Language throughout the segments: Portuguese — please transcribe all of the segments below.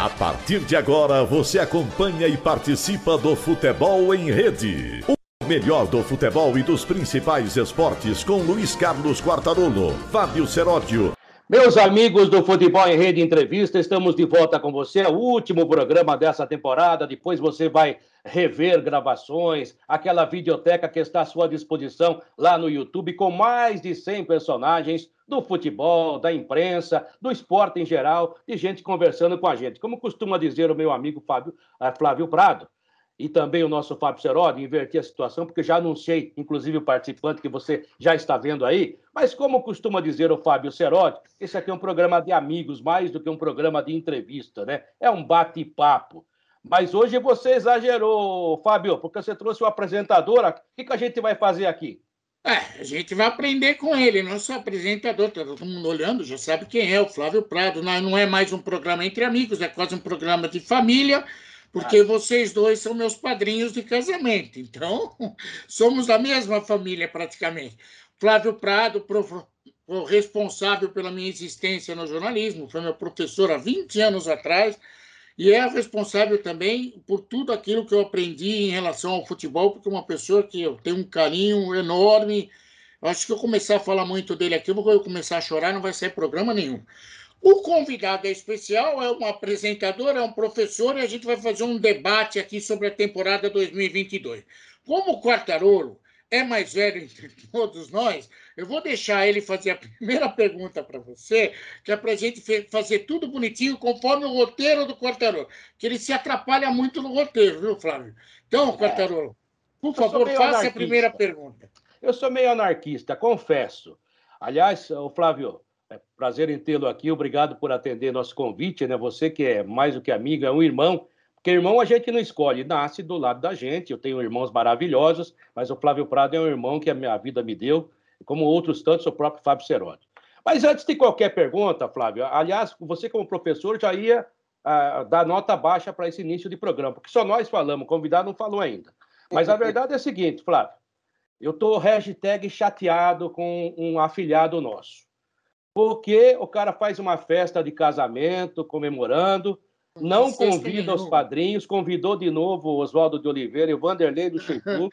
A partir de agora, você acompanha e participa do Futebol em Rede. O melhor do futebol e dos principais esportes com Luiz Carlos Quartarolo, Fábio Seródio. Meus amigos do Futebol em Rede Entrevista, estamos de volta com você. É o último programa dessa temporada. Depois você vai rever gravações, aquela videoteca que está à sua disposição lá no YouTube, com mais de 100 personagens do futebol, da imprensa, do esporte em geral, e gente conversando com a gente. Como costuma dizer o meu amigo Flávio Prado, e também o nosso Fábio Seródio, inverti a situação, porque já anunciei, inclusive, o participante que você já está vendo aí. Mas como costuma dizer o Fábio Seródio, esse aqui é um programa de amigos, mais do que um programa de entrevista, né? É um bate-papo. Mas hoje você exagerou, Fábio, porque você trouxe o apresentador. O que a gente vai fazer aqui? A gente vai aprender com ele, nosso apresentador, tá todo mundo olhando, já sabe quem é, o Flávio Prado. Não é mais um programa entre amigos, é quase um programa de família, porque vocês dois são meus padrinhos de casamento, então somos da mesma família praticamente. Flávio Prado, o responsável pela minha existência no jornalismo, foi meu professor há 20 anos atrás, e é responsável também por tudo aquilo que eu aprendi em relação ao futebol, porque é uma pessoa que eu tenho um carinho enorme. Acho que eu começar a falar muito dele aqui, eu vou começar a chorar, não vai sair programa nenhum. O convidado é especial, é um apresentador, é um professor, e a gente vai fazer um debate aqui sobre a temporada 2022. Como o Quartarolo é mais velho entre todos nós, eu vou deixar ele fazer a primeira pergunta para você, que é para a gente fazer tudo bonitinho, conforme o roteiro do Quartarolo, que ele se atrapalha muito no roteiro, viu, Flávio? Então, Quartarolo, por favor, faça a primeira pergunta. Eu sou meio anarquista, confesso. Aliás, Flávio, é prazer em tê-lo aqui, obrigado por atender nosso convite, né? Você que é mais do que amigo, é um irmão, porque irmão a gente não escolhe, nasce do lado da gente. Eu tenho irmãos maravilhosos, mas o Flávio Prado é um irmão que a minha vida me deu, como outros tantos, o próprio Fábio Seródio. Mas antes de qualquer pergunta, Flávio, aliás, você como professor já ia dar nota baixa para esse início de programa, porque só nós falamos, o convidado não falou ainda. Mas a verdade é a seguinte, Flávio, eu estou chateado com um afilhado nosso. Porque o cara faz uma festa de casamento, comemorando, não convida os padrinhos, convidou de novo o Oswaldo de Oliveira e o Vanderlei Luxemburgo,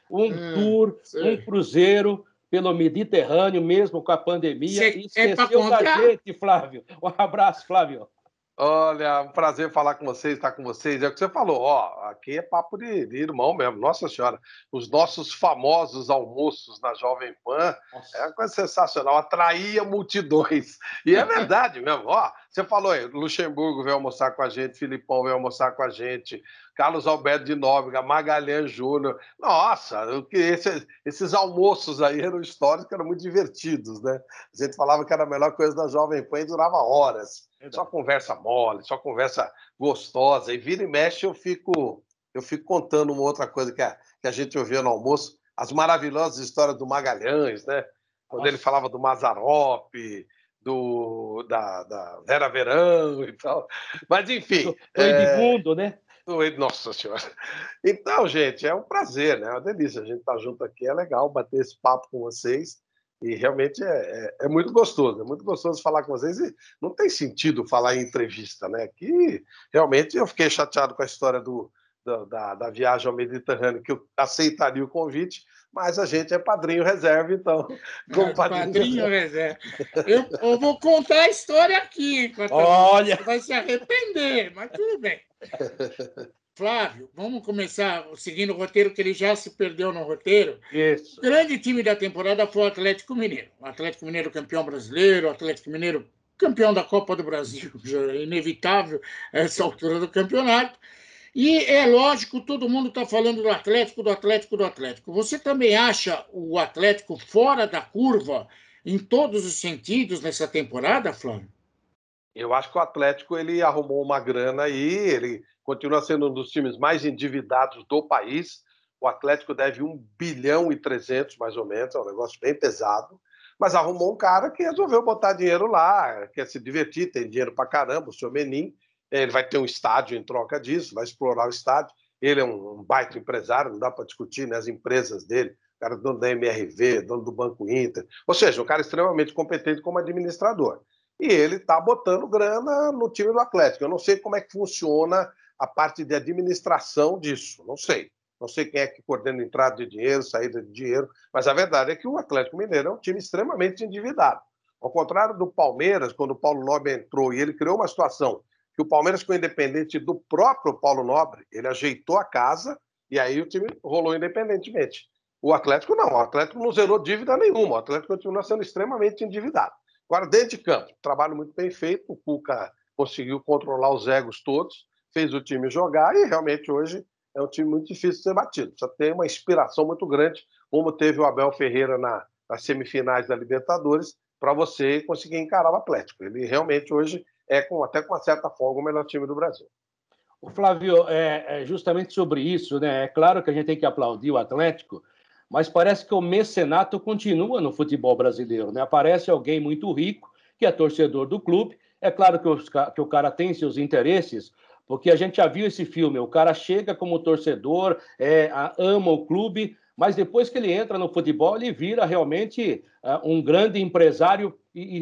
tour, um cruzeiro pelo Mediterrâneo, mesmo com a pandemia, e esqueceu da gente, Flávio. Um abraço, Flávio. Olha, um prazer falar com vocês, estar com vocês. É o que você falou, ó, aqui é papo de irmão mesmo, nossa senhora. Os nossos famosos almoços na Jovem Pan é uma coisa sensacional, atraía multidões. E é verdade mesmo, ó, você falou aí, Luxemburgo veio almoçar com a gente, Filipão veio almoçar com a gente, Carlos Alberto de Nóbrega, Magalhães Júnior. Nossa, esses almoços aí eram históricos, eram muito divertidos, né? A gente falava que era a melhor coisa da Jovem Pan e durava horas. Só conversa mole, só conversa gostosa. E vira e mexe eu fico contando uma outra coisa que a gente ouvia no almoço, as maravilhosas histórias do Magalhães, né? Quando ele falava do Mazzaropi, da Vera Verão e tal. Mas, enfim... Do Edmundo, né? Nossa Senhora. Então, gente, é um prazer, né? É uma delícia. A gente estar junto aqui, é legal bater esse papo com vocês. E realmente é muito gostoso falar com vocês. E não tem sentido falar em entrevista, né? Que realmente eu fiquei chateado com a história da viagem ao Mediterrâneo, que eu aceitaria o convite, mas a gente é padrinho reserva, então. Como padrinho reserva. Eu vou contar a história aqui. Olha! Você vai se arrepender, mas tudo bem. Flávio, vamos começar seguindo o roteiro, que ele já se perdeu no roteiro. Isso. O grande time da temporada foi o Atlético Mineiro. O Atlético Mineiro campeão brasileiro, o Atlético Mineiro campeão da Copa do Brasil, já é inevitável essa altura do campeonato. E é lógico, todo mundo está falando do Atlético, do Atlético, do Atlético. Você também acha o Atlético fora da curva em todos os sentidos nessa temporada, Flávio? Eu acho que o Atlético ele arrumou uma grana aí, ele continua sendo um dos times mais endividados do país. O Atlético deve 1,3 bilhão, mais ou menos, é um negócio bem pesado. Mas arrumou um cara que resolveu botar dinheiro lá, quer se divertir, tem dinheiro pra caramba, o senhor Menin. Ele vai ter um estádio em troca disso, vai explorar o estádio. Ele é um baita empresário, não dá para discutir, né, as empresas dele. O cara é dono da MRV, dono do Banco Inter. Ou seja, um cara extremamente competente como administrador. e ele está botando grana no time do Atlético. Eu não sei como é que funciona a parte de administração disso, não sei. Não sei quem é que coordena a entrada de dinheiro, saída de dinheiro, mas a verdade é que o Atlético Mineiro é um time extremamente endividado. Ao contrário do Palmeiras, quando o Paulo Nobre entrou e ele criou uma situação que o Palmeiras ficou independente do próprio Paulo Nobre, ele ajeitou a casa e aí o time rolou independentemente. O Atlético não, o Atlético não zerou dívida nenhuma, o Atlético continua sendo extremamente endividado. Agora, dentro de campo, trabalho muito bem feito, o Cuca conseguiu controlar os egos todos, fez o time jogar e realmente hoje é um time muito difícil de ser batido. Só tem uma inspiração muito grande, como teve o Abel Ferreira nas semifinais da Libertadores, para você conseguir encarar o Atlético. Ele realmente hoje é até com uma certa folga o melhor time do Brasil. O Flávio, justamente sobre isso, né? É claro que a gente tem que aplaudir o Atlético, mas parece que o mecenato continua no futebol brasileiro, né? Aparece alguém muito rico, que é torcedor do clube. É claro que o cara tem seus interesses, porque a gente já viu esse filme, o cara chega como torcedor, ama o clube, mas depois que ele entra no futebol, ele vira realmente um grande empresário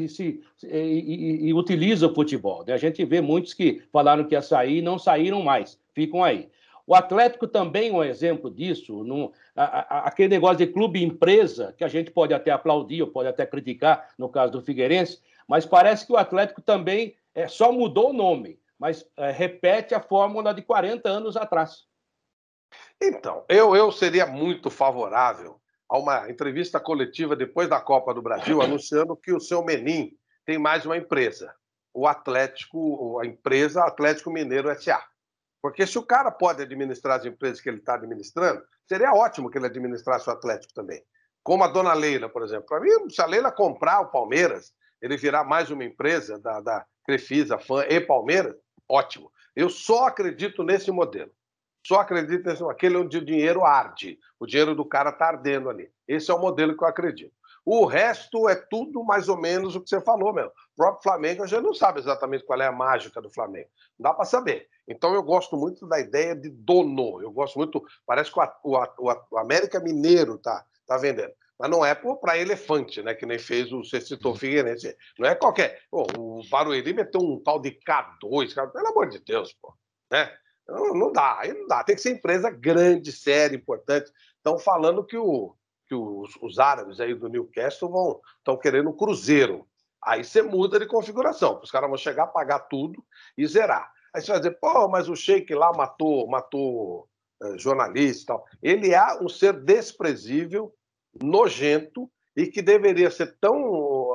e utiliza o futebol. A gente vê muitos que falaram que ia sair e não saíram mais, ficam aí. O Atlético também é um exemplo disso, aquele negócio de clube-empresa, que a gente pode até aplaudir ou pode até criticar, no caso do Figueirense, mas parece que o Atlético também só mudou o nome, mas repete a fórmula de 40 anos atrás. Então, eu seria muito favorável a uma entrevista coletiva depois da Copa do Brasil, anunciando que o seu Menin tem mais uma empresa, o Atlético, a empresa Atlético Mineiro S.A. Porque se o cara pode administrar as empresas que ele está administrando, seria ótimo que ele administrasse o Atlético também. Como a dona Leila, por exemplo. Para mim, se a Leila comprar o Palmeiras, ele virar mais uma empresa da Crefisa, Fã e Palmeiras, ótimo. Eu só acredito nesse modelo. Só acredito nesse modelo. Aquele onde o dinheiro arde. O dinheiro do cara está ardendo ali. Esse é o modelo que eu acredito. O resto é tudo mais ou menos o que você falou, meu. O próprio Flamengo, a gente não sabe exatamente qual é a mágica do Flamengo. Não dá para saber. Então, eu gosto muito da ideia de dono. Eu gosto muito... Parece que o América Mineiro tá vendendo. Mas não é para elefante, né? Que nem fez você citou o Figueirense. Não é qualquer... Pô, o Barueri meteu um tal de K2, cara, pelo amor de Deus, pô. Né? Não dá, aí não dá. Tem que ser empresa grande, séria, importante. Estão falando que os árabes aí do Newcastle estão querendo um cruzeiro. Aí você muda de configuração. Os caras vão chegar, pagar tudo e zerar. Aí você vai dizer, pô, mas o Sheik lá matou jornalista e tal. Ele é um ser desprezível, nojento e que deveria ser tão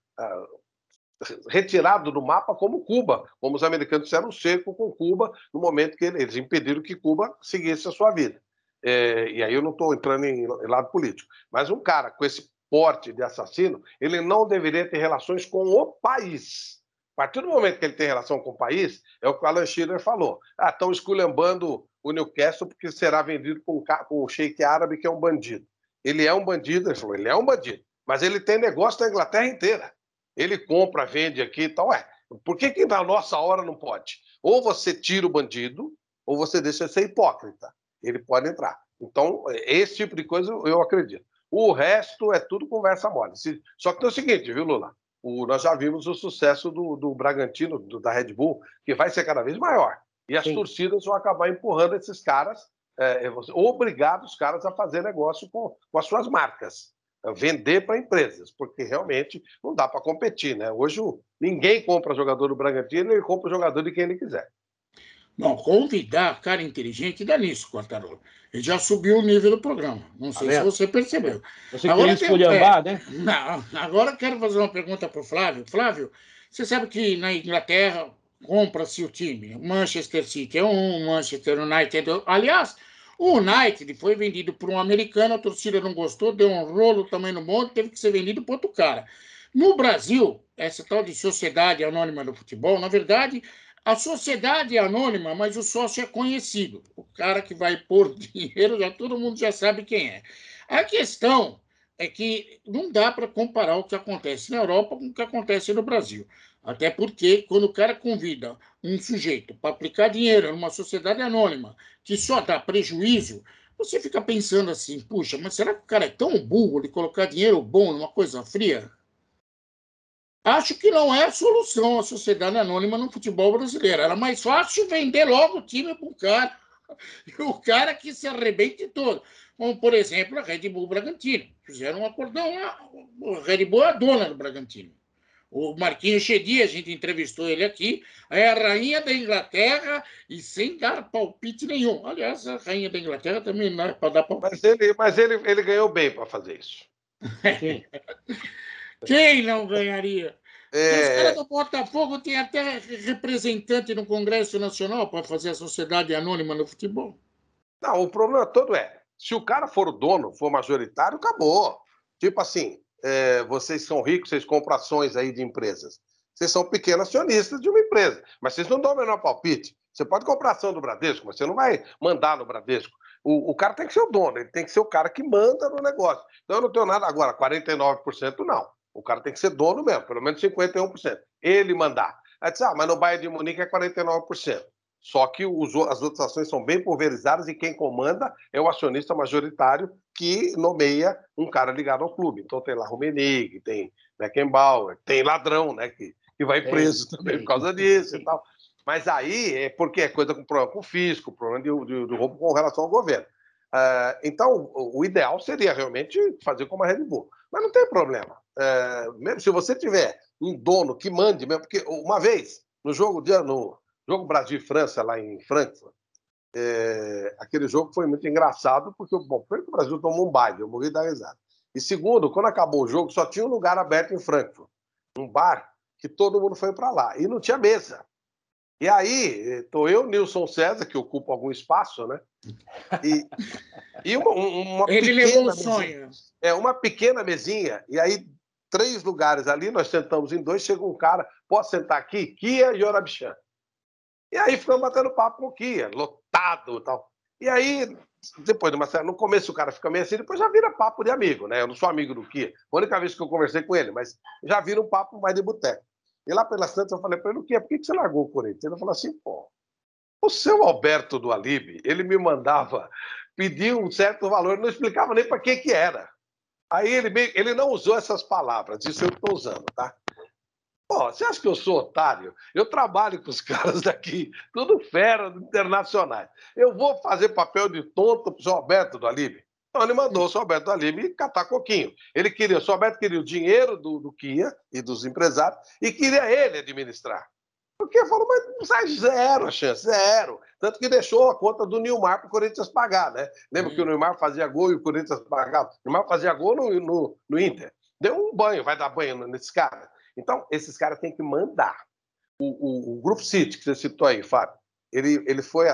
retirado do mapa como Cuba, como os americanos fizeram cerco com Cuba no momento que eles impediram que Cuba seguisse a sua vida. E aí eu não estou entrando em lado político, mas um cara com esse porte de assassino, ele não deveria ter relações com o país. A partir do momento que ele tem relação com o país, é o que o Alan Shearer falou. Estão esculhambando o Newcastle porque será vendido com o sheik árabe que é um bandido. Ele é um bandido, ele falou, ele é um bandido, mas ele tem negócio na Inglaterra inteira. Ele compra, vende aqui e tal. Por que na nossa hora não pode? Ou você tira o bandido, ou você deixa de ser hipócrita. Ele pode entrar. Então, esse tipo de coisa eu acredito. O resto é tudo conversa mole. Só que tem o seguinte, viu, Lula? Nós já vimos o sucesso do Bragantino, da Red Bull, que vai ser cada vez maior. E as torcidas vão acabar empurrando esses caras, obrigando os caras a fazer negócio com as suas marcas. Vender para empresas, porque realmente não dá para competir, né? Hoje ninguém compra jogador do Bragantino, ele compra o jogador de quem ele quiser. Não, convidar cara inteligente dá nisso, Quartarolo. Ele já subiu o nível do programa. Não sei se você percebeu. Você queria esculhambar, né? Não, agora eu quero fazer uma pergunta para o Flávio. Flávio, você sabe que na Inglaterra compra-se o time. O Manchester City é um, Manchester United é outro. Aliás, o United foi vendido por um americano, a torcida não gostou, deu um rolo também no monte, teve que ser vendido por outro cara. No Brasil, essa tal de sociedade anônima do futebol, na verdade, a sociedade é anônima, mas o sócio é conhecido. O cara que vai pôr dinheiro, todo mundo já sabe quem é. A questão é que não dá para comparar o que acontece na Europa com o que acontece no Brasil. Até porque, quando o cara convida um sujeito para aplicar dinheiro numa sociedade anônima que só dá prejuízo, você fica pensando assim, puxa, mas será que o cara é tão burro de colocar dinheiro bom numa coisa fria? Acho que não é a solução a sociedade anônima no futebol brasileiro. Era mais fácil vender logo o time para o cara, e o cara que se arrebente todo. Como, por exemplo, a Red Bull Bragantino. Fizeram um acordão lá. A Red Bull é a dona do Bragantino. O Marquinhos Chedi, a gente entrevistou ele aqui, é a rainha da Inglaterra e sem dar palpite nenhum. Aliás, a rainha da Inglaterra também não é para dar palpite. Mas ele ganhou bem para fazer isso. Quem não ganharia? Os caras do Botafogo têm até representante no Congresso Nacional para fazer a sociedade anônima no futebol. Não, o problema todo se o cara for o dono, for majoritário, acabou. Tipo assim, vocês são ricos, vocês compram ações aí de empresas. Vocês são pequenos acionistas de uma empresa, mas vocês não dão o menor palpite. Você pode comprar ação do Bradesco, mas você não vai mandar no Bradesco. O cara tem que ser o dono, ele tem que ser o cara que manda no negócio. Então eu não tenho nada agora, 49% não. O cara tem que ser dono mesmo, pelo menos 51%. Ele mandar. Aí diz, mas no Bayern de Munique é 49%. Só que as outras ações são bem pulverizadas e quem comanda é o acionista majoritário que nomeia um cara ligado ao clube. Então tem lá Rummenigge, tem Beckenbauer, tem ladrão, né, que vai preso também por causa disso e tal. Mas aí é porque é coisa com problema com o fisco, problema de roubo com relação ao governo. Então, o ideal seria realmente fazer como a Red Bull. Mas não tem problema. Mesmo se você tiver um dono que mande mesmo, porque uma vez, no jogo Brasil e França, lá em Frankfurt, aquele jogo foi muito engraçado, porque, primeiro que o Brasil tomou um baile, eu morri da risada. E segundo, quando acabou o jogo, só tinha um lugar aberto em Frankfurt, um bar, que todo mundo foi para lá, e não tinha mesa. E aí, estou eu, Nilson César, que ocupa algum espaço, né? E uma Ele pequena levou um sonho. Uma pequena mesinha, e aí 3 lugares ali, nós sentamos em 2, chega um cara, posso sentar aqui? Kia e Orabichan. E aí ficamos batendo papo com o Kia, lotado e tal. E aí, depois de uma série, no começo o cara fica meio assim, depois já vira papo de amigo, né? Eu não sou amigo do Kia, a única vez que eu conversei com ele, mas já vira um papo mais de boteco. E lá pelas tantas eu falei para ele, Kia, por que você largou o Corinthians? Ele falou assim, o seu Alberto do Alibe, ele me mandava pedir um certo valor, não explicava nem para que era. Aí ele não usou essas palavras, isso eu estou usando, tá? Você acha que eu sou otário? Eu trabalho com os caras daqui, tudo fera, internacionais. Eu vou fazer papel de tonto pro seu Alberto do Alibe? Então ele mandou o seu Alberto do Alibe catar coquinho. O seu Alberto queria o dinheiro do Kia e dos empresários e queria ele administrar. Porque falou, mas não sai zero a chance, zero. Tanto que deixou a conta do Nilmar para o Corinthians pagar, né? Lembra que o Nilmar fazia gol e o Corinthians pagava? O Nilmar fazia gol no Inter. Deu um banho, vai dar banho nesse cara. Então, esses caras têm que mandar. O Grupo City, que você citou aí, Fábio, ele foi há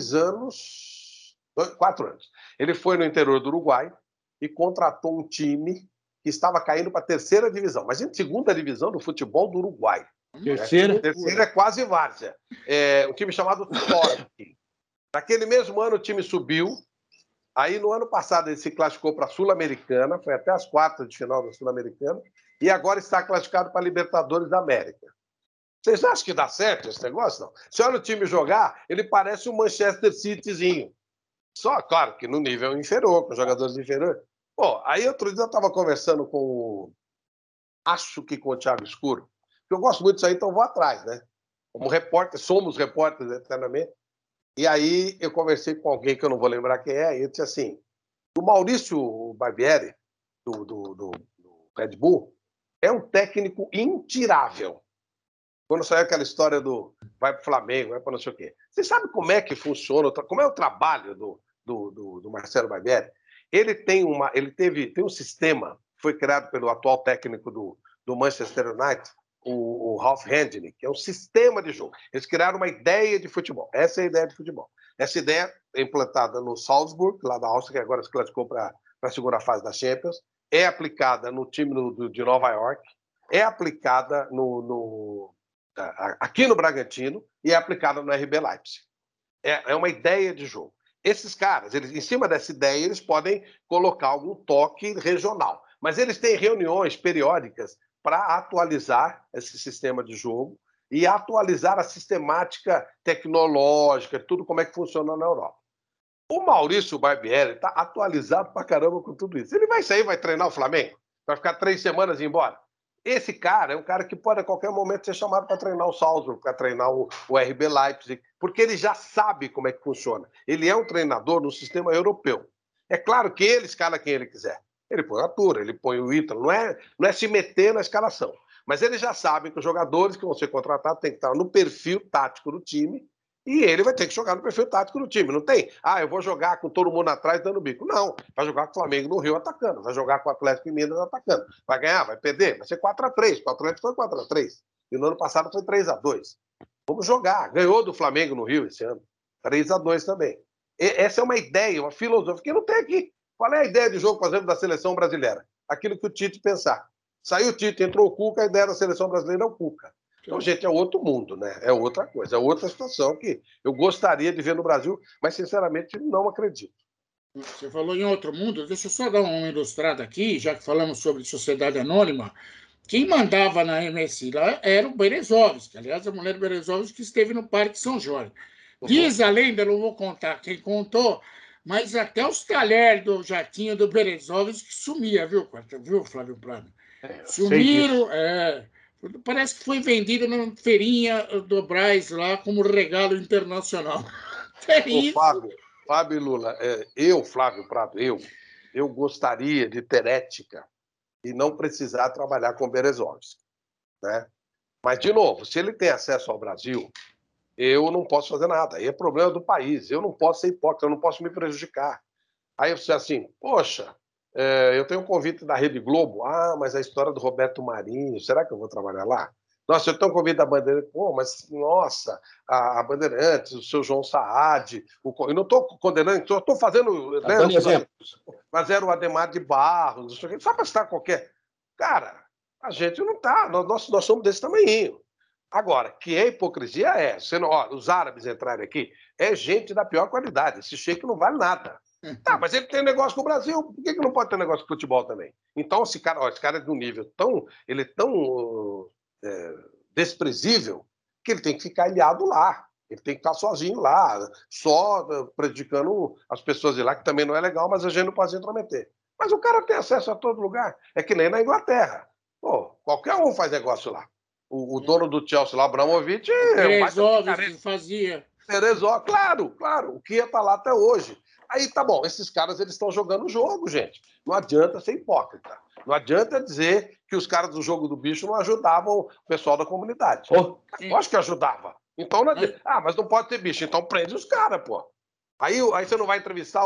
4 anos. Ele foi no interior do Uruguai e contratou um time que estava caindo para a 3ª divisão. Imagina, 2ª divisão do futebol do Uruguai. Terceira é quase várzea. Um time chamado Torque. Naquele mesmo ano o time subiu. Aí no ano passado ele se classificou para a Sul-Americana, foi até as 4 de final da Sul-Americana, e agora está classificado para a Libertadores da América. Vocês acham que dá certo esse negócio? Não. Se olha o time jogar, ele parece um Manchester Cityzinho. Só, claro, que no nível inferior, com jogadores inferiores. Aí outro dia eu estava conversando acho que com o Thiago Escuro, eu gosto muito disso aí, então vou atrás, né? Como repórter, somos repórteres eternamente. E aí eu conversei com alguém que eu não vou lembrar quem é, e ele disse assim, o Maurício Barbieri, do Red Bull, é um técnico intirável. Quando saiu aquela história do vai para o Flamengo, vai para não sei o quê. Você sabe como é que funciona, como é o trabalho do Marcelo Barbieri? Ele tem um sistema, foi criado pelo atual técnico do Manchester United, o Ralph Rangnick, que é um sistema de jogo. Eles criaram uma ideia de futebol. Essa é a ideia de futebol. Essa ideia é implantada no Salzburg, lá da Áustria, que agora se classificou para a segunda fase da Champions, é aplicada no time de Nova York, é aplicada aqui no Bragantino e é aplicada no RB Leipzig. É uma ideia de jogo. Esses caras, em cima dessa ideia, eles podem colocar algum toque regional. Mas eles têm reuniões periódicas para atualizar esse sistema de jogo e atualizar a sistemática tecnológica, tudo como é que funciona na Europa. O Maurício Barbieri está atualizado pra caramba com tudo isso. Ele vai sair, vai treinar o Flamengo? Vai ficar 3 semanas e ir embora? Esse cara é um cara que pode a qualquer momento ser chamado para treinar o Salzburg, para treinar o RB Leipzig, porque ele já sabe como é que funciona. Ele é um treinador no sistema europeu. É claro que ele escala quem ele quiser. Ele põe o Arthur, ele põe o Ítalo, não é se meter na escalação. Mas ele já sabe que os jogadores que vão ser contratados têm que estar no perfil tático do time e ele vai ter que jogar no perfil tático do time. Não tem, eu vou jogar com todo mundo atrás dando bico. Não, vai jogar com o Flamengo no Rio atacando, vai jogar com o Atlético em Minas atacando. Vai ganhar, vai perder, vai ser 4-3. O Atlético foi 4-3. E no ano passado foi 3-2. Vamos jogar. Ganhou do Flamengo no Rio esse ano. 3-2 também. Essa é uma ideia, uma filosofia que não tem aqui. Qual é a ideia de jogo, por exemplo, da seleção brasileira? Aquilo que o Tite pensar. Saiu o Tite, entrou o Cuca, a ideia da seleção brasileira é o Cuca. Então, gente, é outro mundo, né? É outra coisa, é outra situação que eu gostaria de ver no Brasil, mas, sinceramente, não acredito. Você falou em outro mundo, deixa eu só dar uma ilustrada aqui, já que falamos sobre sociedade anônima. Quem mandava na MSI lá era o Berezovski, aliás, a mulher Berezovski que esteve no Parque São Jorge. Diz a lenda, não vou contar quem contou, mas até os talheres do jatinho do Berezovski sumia, viu, Flávio Prado? Sumiram, parece que foi vendido na feirinha do Brás lá como regalo internacional. É isso. Fábio Lula, Flávio Prado, eu gostaria de ter ética e não precisar trabalhar com Berezovski, né? Mas, de novo, se ele tem acesso ao Brasil, eu não posso fazer nada. Aí é problema do país. Eu não posso ser hipócrita, eu não posso me prejudicar. Aí você assim, poxa, eu tenho um convite da Rede Globo. Mas a história do Roberto Marinho, será que eu vou trabalhar lá? Nossa, eu tenho um convite da Bandeirantes. Mas, nossa, a Bandeirantes, o seu João Saad. Eu não estou condenando, estou fazendo... Dando exemplos. Mas era o Ademar de Barros, só para citar qualquer... Cara, a gente não está, nós somos desse tamanhinho. Agora, que é hipocrisia os árabes entrarem aqui, é gente da pior qualidade. Esse sheik não vale nada. Tá, mas ele tem negócio com o Brasil, por que não pode ter negócio com o futebol também? Então, esse cara é de um nível tão desprezível que ele tem que ficar ilhado lá. Ele tem que ficar sozinho lá, só prejudicando as pessoas de lá, que também não é legal, mas a gente não pode se intrometer. Mas o cara tem acesso a todo lugar. É que nem na Inglaterra. Qualquer um faz negócio lá. O dono do Chelsea lá, Abramovich... Berezovski fazia. Berezovski, claro. O que ia estar lá até hoje. Aí, tá bom, esses caras eles estão jogando o jogo, gente. Não adianta ser hipócrita. Não adianta dizer que os caras do jogo do bicho não ajudavam o pessoal da comunidade. Eu acho que ajudava. Então, não adianta. Mas não pode ter bicho. Então prende os caras, pô. Aí você não vai entrevistar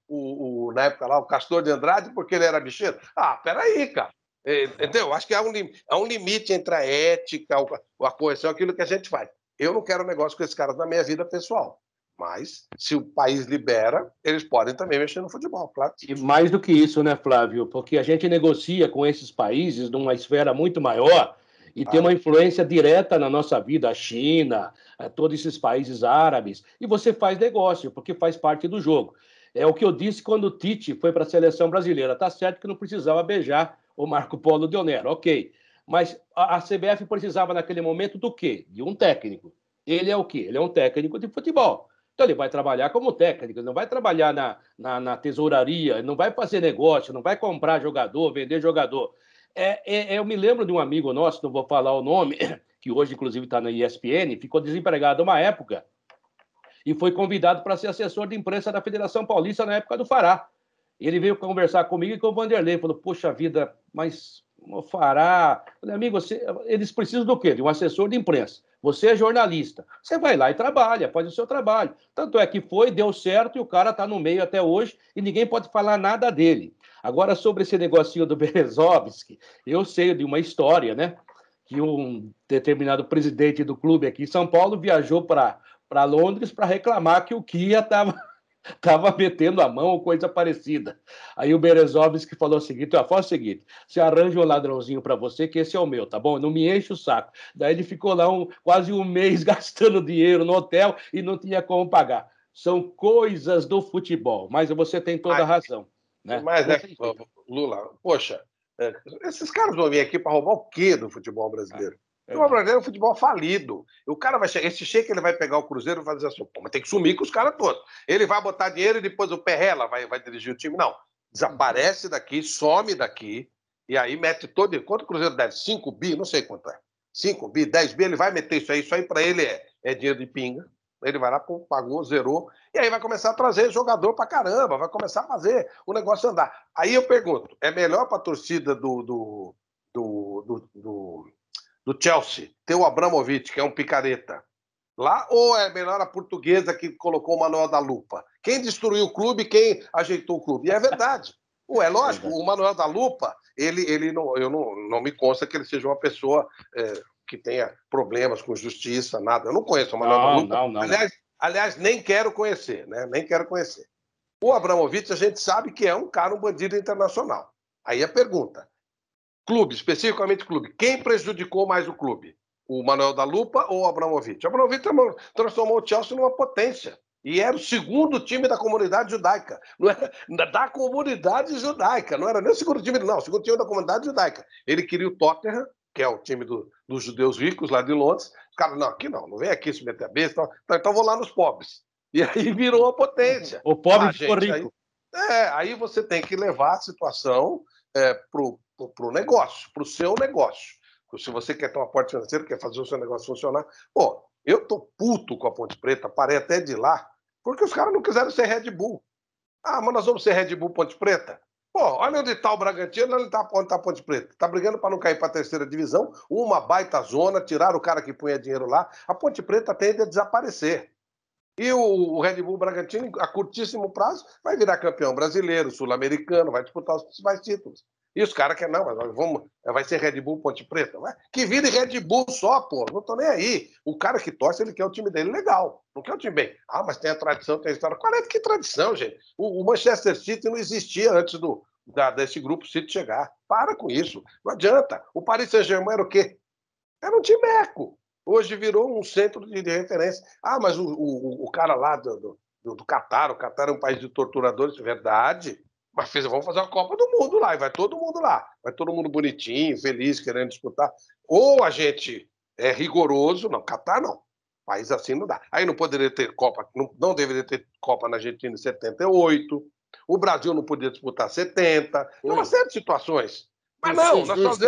na época lá, o Castor de Andrade porque ele era bicheiro? Peraí, cara. Entendeu? Acho que há um limite entre a ética, a correção, aquilo que a gente faz. Eu não quero negócio com esses caras na minha vida pessoal. Mas, se o país libera, eles podem também mexer no futebol, claro. E mais do que isso, né, Flávio? Porque a gente negocia com esses países numa esfera muito maior e tem uma influência direta na nossa vida, a China, todos esses países árabes, e você faz negócio, porque faz parte do jogo. É o que eu disse quando o Tite foi para a seleção brasileira. Tá certo que não precisava beijar o Marco Polo de Onero, ok. Mas a CBF precisava, naquele momento, do quê? De um técnico. Ele é o quê? Ele é um técnico de futebol. Então, ele vai trabalhar como técnico, ele não vai trabalhar na tesouraria, não vai fazer negócio, não vai comprar jogador, vender jogador. Eu me lembro de um amigo nosso, não vou falar o nome, que hoje, inclusive, está na ESPN, ficou desempregado uma época e foi convidado para ser assessor de imprensa da Federação Paulista na época do Fará. Ele veio conversar comigo e com o Vanderlei. Falou, poxa vida, mas o Fará... Falei, amigo, eles precisam do quê? De um assessor de imprensa. Você é jornalista. Você vai lá e trabalha, faz o seu trabalho. Tanto é que deu certo e o cara está no meio até hoje e ninguém pode falar nada dele. Agora, sobre esse negocinho do Berezovski, eu sei de uma história, né? Que um determinado presidente do clube aqui em São Paulo viajou para Londres para reclamar que o Kia estava metendo a mão ou coisa parecida. Aí o Berezovski falou o seguinte, faz o seguinte, você arranja um ladrãozinho para você, que esse é o meu, tá bom? Não me enche o saco. Daí ele ficou lá quase um mês gastando dinheiro no hotel e não tinha como pagar. São coisas do futebol, mas você tem toda a razão. Né? Mas, Lula, poxa, esses caras vão vir aqui para roubar o quê do futebol brasileiro? O futebol brasileiro é um futebol falido. O cara vai chegar, esse sheik ele vai pegar o Cruzeiro e vai dizer assim, mas tem que sumir com os caras todos. Ele vai botar dinheiro e depois o Perrella vai dirigir o time. Não, desaparece daqui, some daqui E aí mete todo... Quanto o Cruzeiro deve? 5 bi? Não sei quanto é. 5 bi, 10 bi, ele vai meter isso aí. Isso aí para ele é dinheiro de pinga. Ele vai lá, pagou, zerou. E aí vai começar a trazer jogador pra caramba. Vai começar a fazer o negócio andar. Aí eu pergunto, é melhor pra torcida do Chelsea ter o Abramovich, que é um picareta, lá, ou é melhor a portuguesa que colocou o Manuel da Lupa? Quem destruiu o clube, quem ajeitou o clube? E é verdade. É lógico, o Manuel da Lupa, ele não me consta que ele seja uma pessoa que tenha problemas com justiça, nada. Eu não conheço o Manuel da Lupa. Não. Aliás, nem quero conhecer, né? Nem quero conhecer. O Abramovich, a gente sabe que é um bandido internacional. Aí a pergunta, clube, especificamente clube, quem prejudicou mais o clube? O Manuel da Lupa ou o Abramovich? O Abramovich transformou o Chelsea numa potência. E era o segundo time da comunidade judaica. Não era da comunidade judaica. Não era nem o segundo time, não. O segundo time da comunidade judaica. Ele queria o Tottenham, que é o time dos judeus ricos lá de Londres. Os caras, não, aqui não vem aqui se meter a besta. Então vou lá nos pobres. E aí virou a potência. O pobre ficou rico. Aí você tem que levar a situação pro negócio, pro seu negócio. Se você quer ter uma porta financeira, quer fazer o seu negócio funcionar. Pô, eu tô puto com a Ponte Preta, parei até de ir lá, porque os caras não quiseram ser Red Bull. Ah, mas nós vamos ser Red Bull Ponte Preta? Pô, olha onde está o Bragantino, onde está a Ponte Preta. Está brigando para não cair para a terceira divisão, uma baita zona, tiraram o cara que punha dinheiro lá. A Ponte Preta tende a desaparecer. E o Red Bull Bragantino, a curtíssimo prazo, vai virar campeão brasileiro, sul-americano, vai disputar os principais títulos. E os caras querem, não, mas vai ser Red Bull Ponte Preta. Que vire Red Bull só, pô, não tô nem aí. O cara que torce, ele quer o time dele legal, não quer o time bem. Ah, mas tem a tradição, tem a história. Qual é que tradição, gente? O Manchester City não existia antes desse grupo City chegar. Para com isso, não adianta. O Paris Saint-Germain era o quê? Era um timeco. Hoje virou um centro de referência. Ah, mas o cara lá do Catar, o Catar é um país de torturadores, verdade. Mas vamos fazer a Copa do Mundo lá, e vai todo mundo lá. Vai todo mundo bonitinho, feliz, querendo disputar. Ou a gente é rigoroso, não, Catar não. País assim não dá. Aí não poderia ter Copa, não deveria ter Copa na Argentina em 78. O Brasil não podia disputar 70. Uma série de situações. Mas não,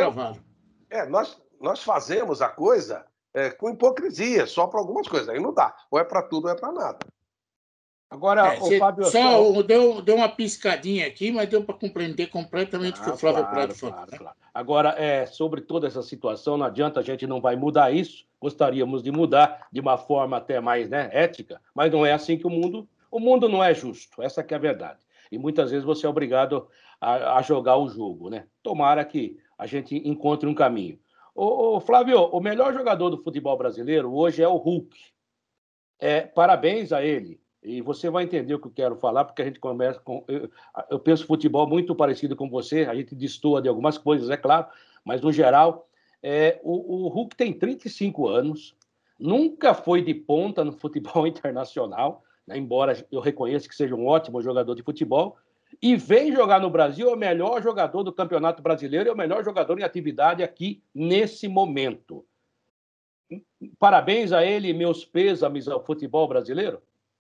nós fazemos a coisa com hipocrisia, só para algumas coisas. Aí não dá. Ou é para tudo ou é para nada. Agora, o Fábio... Deu uma piscadinha aqui, mas deu para compreender completamente o que o Flávio Prado falou. Claro. Agora, sobre toda essa situação, não adianta, a gente não vai mudar isso. Gostaríamos de mudar de uma forma até mais ética, mas não é assim que o mundo não é justo. Essa que é a verdade. E muitas vezes você é obrigado a jogar o jogo, né? Tomara que a gente encontre um caminho. Flávio, o melhor jogador do futebol brasileiro hoje é o Hulk. Parabéns a ele. E você vai entender o que eu quero falar, porque a gente começa com... Eu penso futebol muito parecido com você, a gente destoa de algumas coisas, é claro, mas, no geral, o Hulk tem 35 anos, nunca foi de ponta no futebol internacional, né, embora eu reconheça que seja um ótimo jogador de futebol, e vem jogar no Brasil, é o melhor jogador do Campeonato Brasileiro, é o melhor jogador em atividade aqui nesse momento. Parabéns a ele, meus pêsames ao futebol brasileiro.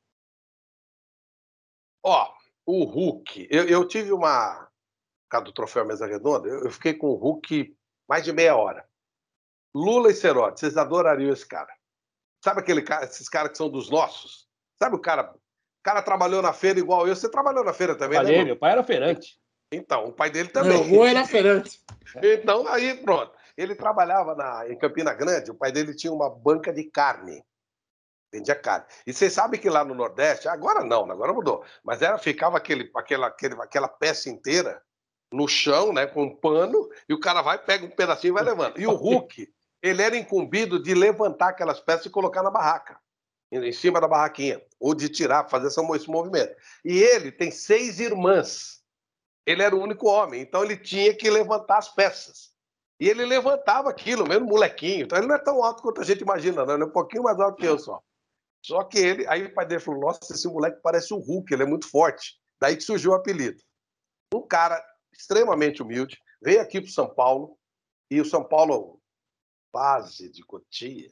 O Hulk, eu tive por causa do troféu Mesa Redonda, eu fiquei com o Hulk mais de meia hora. Lula e Cerotti, vocês adorariam esse cara. Sabe esses caras que são dos nossos? Sabe o cara trabalhou na feira igual eu, você trabalhou na feira também, né? Meu pai era feirante. Então, o pai dele também. Meu avô era feirante. Então, aí pronto. Ele trabalhava em Campina Grande, o pai dele tinha uma banca de carne. Vendia carne. E vocês sabem que lá no Nordeste, agora não, agora mudou, mas ficava aquela peça inteira no chão, né, com um pano, e o cara vai, pega um pedacinho e vai levando. E o Hulk, ele era incumbido de levantar aquelas peças e colocar na barraca, em cima da barraquinha, ou de tirar, fazer esse movimento. E ele tem 6 irmãs. Ele era o único homem, então ele tinha que levantar as peças. E ele levantava aquilo, mesmo molequinho. Então ele não é tão alto quanto a gente imagina, não. Ele é um pouquinho mais alto que eu só. Só que aí o pai dele falou, nossa, esse moleque parece um Hulk, ele é muito forte. Daí que surgiu o apelido. Um cara extremamente humilde, veio aqui para o São Paulo, e o São Paulo, base de Cotia,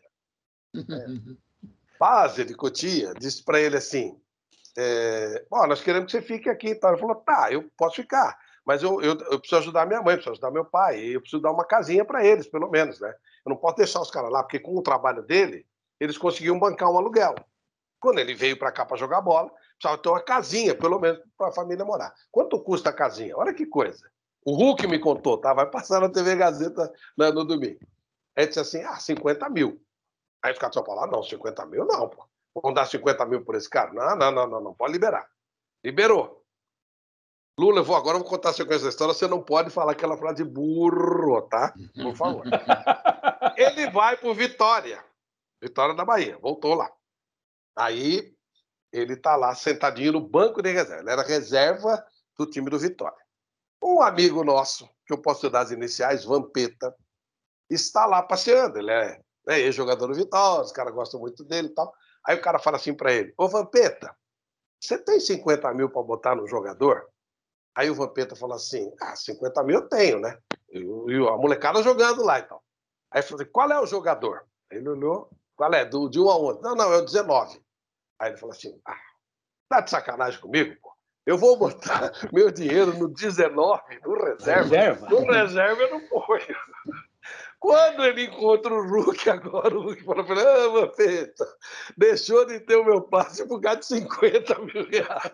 disse para ele assim, nós queremos que você fique aqui. Ele falou, tá, eu posso ficar, mas eu preciso ajudar minha mãe, preciso ajudar meu pai, e eu preciso dar uma casinha para eles, pelo menos, né? Eu não posso deixar os caras lá, porque com o trabalho dele, eles conseguiam bancar um aluguel. Quando ele veio para cá para jogar bola, precisava ter uma casinha, pelo menos, para a família morar. Quanto custa a casinha? Olha que coisa. O Hulk me contou, tá? Vai passar na TV Gazeta no domingo. Aí disse assim, 50 mil. Aí os caras só falaram, não, 50 mil não, pô. Vamos dar 50 mil por esse cara? Não, pode liberar. Liberou. Lula, agora eu vou contar a sequência da história, você não pode falar aquela frase de burro, tá? Por favor. Ele vai pro Vitória da Bahia, voltou lá. Aí ele tá lá sentadinho no banco de reserva. Ele era reserva do time do Vitória. Um amigo nosso, que eu posso dar as iniciais, Vampeta, está lá passeando. Ele é ex-jogador do Vitória, os caras gostam muito dele e tal. Aí o cara fala assim para ele, ô Vampeta, você tem 50 mil para botar no jogador? Aí o Vampeta falou assim, 50 mil eu tenho, né? E a molecada jogando lá e tal. Aí ele falou assim, qual é o jogador? Aí ele olhou, qual é? De 1 a 11? Não, é o 19. Aí ele falou assim, tá de sacanagem comigo, pô? Eu vou botar meu dinheiro no 19, no reserva. No reserva eu não ponho. Quando ele encontra o Hulk agora, o Hulk falou pra ele, Vampeta, deixou de ter o meu passe por causa de 50 mil reais.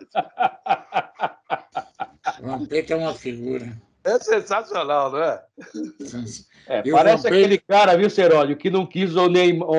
O Vampeta é uma figura. É sensacional, não é? Parece aquele cara, viu, Seródio, que não quis o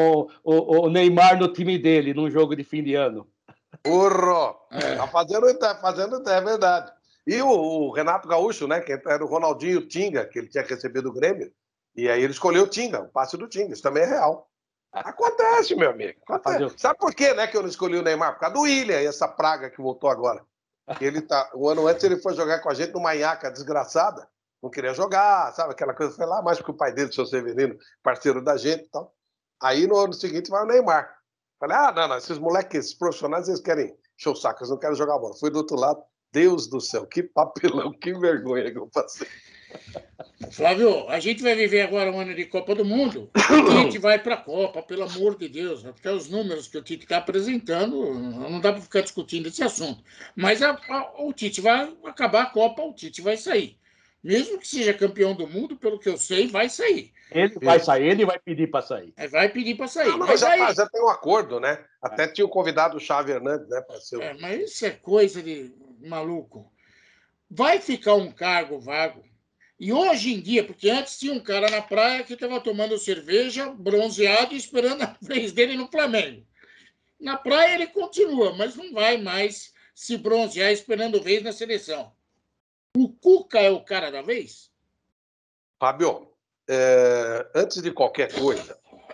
Neymar no time dele, num jogo de fim de ano. Urro! Tá fazendo, é verdade. E o Renato Gaúcho, né, que era o Ronaldinho Tinga, que ele tinha recebido o Grêmio, e aí ele escolheu o Tinga, o passe do Tinga, isso também é real. Acontece, meu amigo. Acontece. Sabe por quê, né, que eu não escolhi o Neymar? Por causa do William, essa praga que voltou agora. O ano antes ele foi jogar com a gente numa Manhaca desgraçada, não queria jogar, sabe, aquela coisa, foi lá mais porque o pai dele, o seu Severino, parceiro da gente e tal. Aí no ano seguinte vai o Neymar. Falei, não, esses moleques, esses profissionais, eles querem encher o saco, eles não querem jogar bola. Fui do outro lado, Deus do céu, que papelão, que vergonha que eu passei. Flávio, a gente vai viver agora um ano de Copa do Mundo, a gente vai para a Copa, pelo amor de Deus, até os números que o Tite está apresentando, não dá para ficar discutindo esse assunto. Mas o Tite vai acabar a Copa, o Tite vai sair. Mesmo que seja campeão do mundo, pelo que eu sei, vai sair. Ele vai sair, ele vai pedir para sair. Vai pedir para sair. Mas já tem um acordo, né? Até tinha o convidado o Xavi Hernandes, né? Mas isso é coisa de maluco. Vai ficar um cargo vago. E hoje em dia, porque antes tinha um cara na praia que estava tomando cerveja, bronzeado e esperando a vez dele no Flamengo. Na praia ele continua, mas não vai mais se bronzear esperando vez na seleção. O Cuca é o cara da vez? Fábio, antes de qualquer coisa,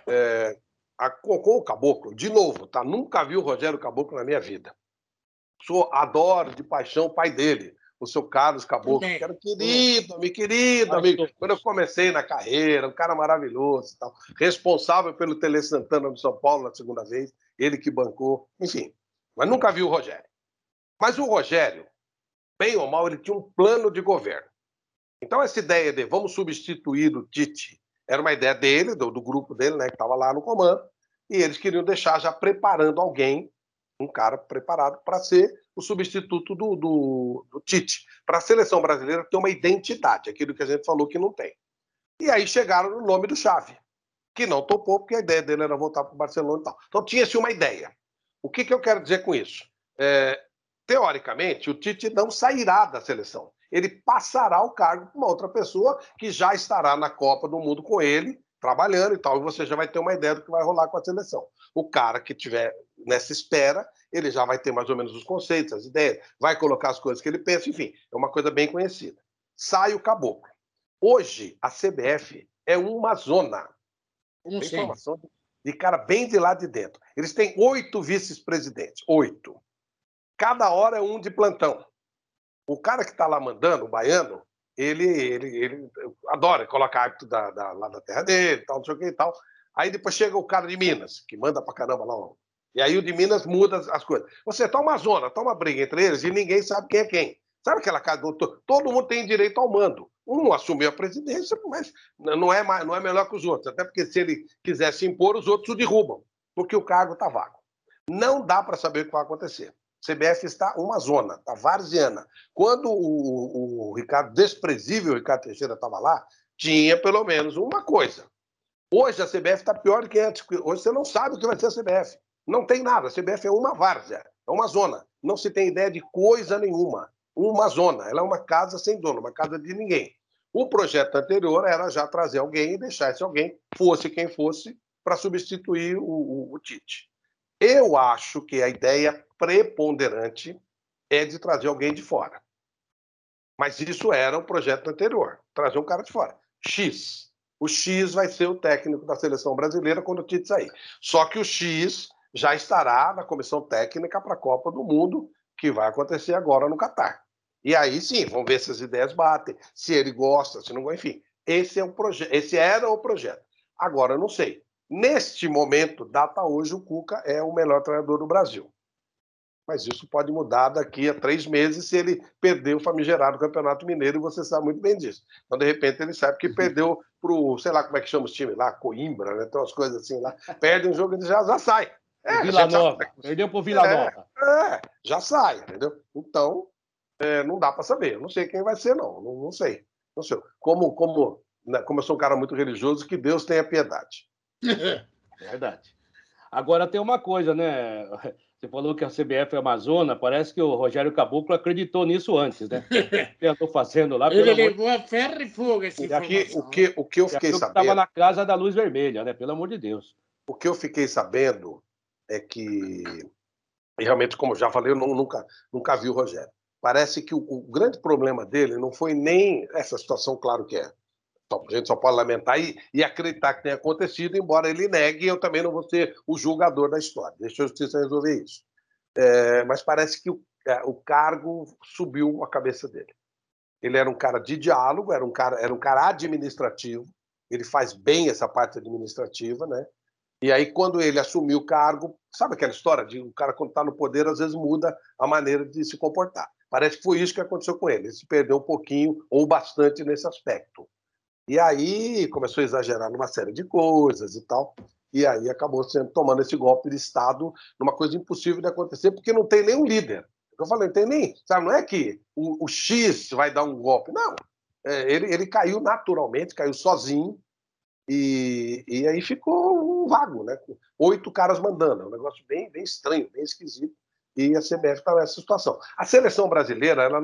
com o Caboclo, de novo, tá? Nunca vi o Rogério Caboclo na minha vida. Adoro de paixão o pai dele, o seu Carlos Caboclo, que era meu querido amigo. Quando eu comecei na carreira, um cara maravilhoso e tal, responsável pelo Tele Santana do São Paulo na segunda vez, ele que bancou, enfim. Mas nunca vi o Rogério. Mas o Rogério, bem ou mal, ele tinha um plano de governo. Então essa ideia de vamos substituir o Tite era uma ideia dele, do grupo dele, né, que estava lá no comando, e eles queriam deixar já preparando alguém, um cara preparado para ser o substituto do Tite, para a seleção brasileira ter uma identidade, aquilo que a gente falou que não tem. E aí chegaram no nome do Xavi, que não topou, porque a ideia dele era voltar para o Barcelona e tal. Então tinha-se uma ideia. O que eu quero dizer com isso? Teoricamente, o Tite não sairá da seleção. Ele passará o cargo para uma outra pessoa que já estará na Copa do Mundo com ele, trabalhando e tal, e você já vai ter uma ideia do que vai rolar com a seleção. O cara que estiver nessa espera, ele já vai ter mais ou menos os conceitos, as ideias, vai colocar as coisas que ele pensa, enfim, é uma coisa bem conhecida. Sai o Caboclo. Hoje, a CBF é uma zona. Como tem informação de cara bem de lá de dentro. Eles têm 8 vice-presidentes, 8. Cada hora é um de plantão. O cara que está lá mandando, o baiano, ele adora colocar hábito lá da terra dele, tal, não sei o que e tal. Aí depois chega o cara de Minas, que manda pra caramba lá. E aí o de Minas muda as coisas. Você tá uma zona, tá uma briga entre eles e ninguém sabe quem é quem. Sabe aquela casa do todo mundo tem direito ao mando. Um assumiu a presidência, mas não é melhor que os outros. Até porque se ele quiser se impor, os outros o derrubam, porque o cargo tá vago. Não dá para saber o que vai acontecer. CBF está uma zona, está varziana. Quando o Ricardo, desprezível Ricardo Teixeira, estava lá, tinha pelo menos uma coisa. Hoje a CBF está pior do que antes, porque hoje você não sabe o que vai ser a CBF. Não tem nada, a CBF é uma várzea, é uma zona. Não se tem ideia de coisa nenhuma. Uma zona, ela é uma casa sem dono, uma casa de ninguém. O projeto anterior era já trazer alguém e deixar esse alguém, fosse quem fosse, para substituir o Tite. Eu acho que a ideia preponderante é de trazer alguém de fora. Mas isso era o projeto anterior, trazer um cara de fora. X. O X vai ser o técnico da seleção brasileira quando o Tite sair. Só que o X já estará na comissão técnica para a Copa do Mundo, que vai acontecer agora no Catar. E aí sim, vamos ver se as ideias batem, se ele gosta, se não gosta, enfim. Esse era o projeto. Agora, eu não sei. Neste momento, data hoje, o Cuca é o melhor treinador do Brasil. Mas isso pode mudar daqui a 3 meses se ele perder o famigerado Campeonato Mineiro, e você sabe muito bem disso. Então, de repente, ele sabe que perdeu para o, sei lá como é que chama os times lá, Coimbra, né? Tem umas coisas assim lá. Perde um jogo e já sai. Vila Nova. Perdeu para o Vila Nova. Já sai, entendeu? Então, não dá para saber. Eu não sei quem vai ser, não sei. Não sei. Como eu sou um cara muito religioso, que Deus tenha piedade. Verdade. Agora tem uma coisa, né? Você falou que a CBF é uma zona, parece que o Rogério Caboclo acreditou nisso antes, né? Eu estou fazendo lá... Ele levou a ferro e fogo essa informação. O que eu fiquei sabendo... Estava na casa da luz vermelha, né? Pelo amor de Deus. O que eu fiquei sabendo é que, e realmente, como eu já falei, eu nunca vi o Rogério. Parece que o grande problema dele não foi nem essa situação, claro que é. A gente só pode lamentar e acreditar que tenha acontecido, embora ele negue, eu também não vou ser o julgador da história. Deixa a justiça resolver isso. Mas parece que o cargo subiu a cabeça dele. Ele era um cara de diálogo, era um cara administrativo, ele faz bem essa parte administrativa, né? E aí, quando ele assumiu o cargo, sabe aquela história de o cara, quando está no poder, às vezes muda a maneira de se comportar. Parece que foi isso que aconteceu com ele. Ele se perdeu um pouquinho ou bastante nesse aspecto. E aí começou a exagerar numa série de coisas e tal. E aí acabou tomando esse golpe de Estado numa coisa impossível de acontecer, porque não tem nenhum líder. Eu falei, não tem nem... Sabe, não é que o X vai dar um golpe. Não. Ele caiu naturalmente, caiu sozinho. E aí ficou um vago, né? 8 caras mandando. É um negócio bem, bem estranho, bem esquisito. E a CBF está nessa situação. A seleção brasileira, ela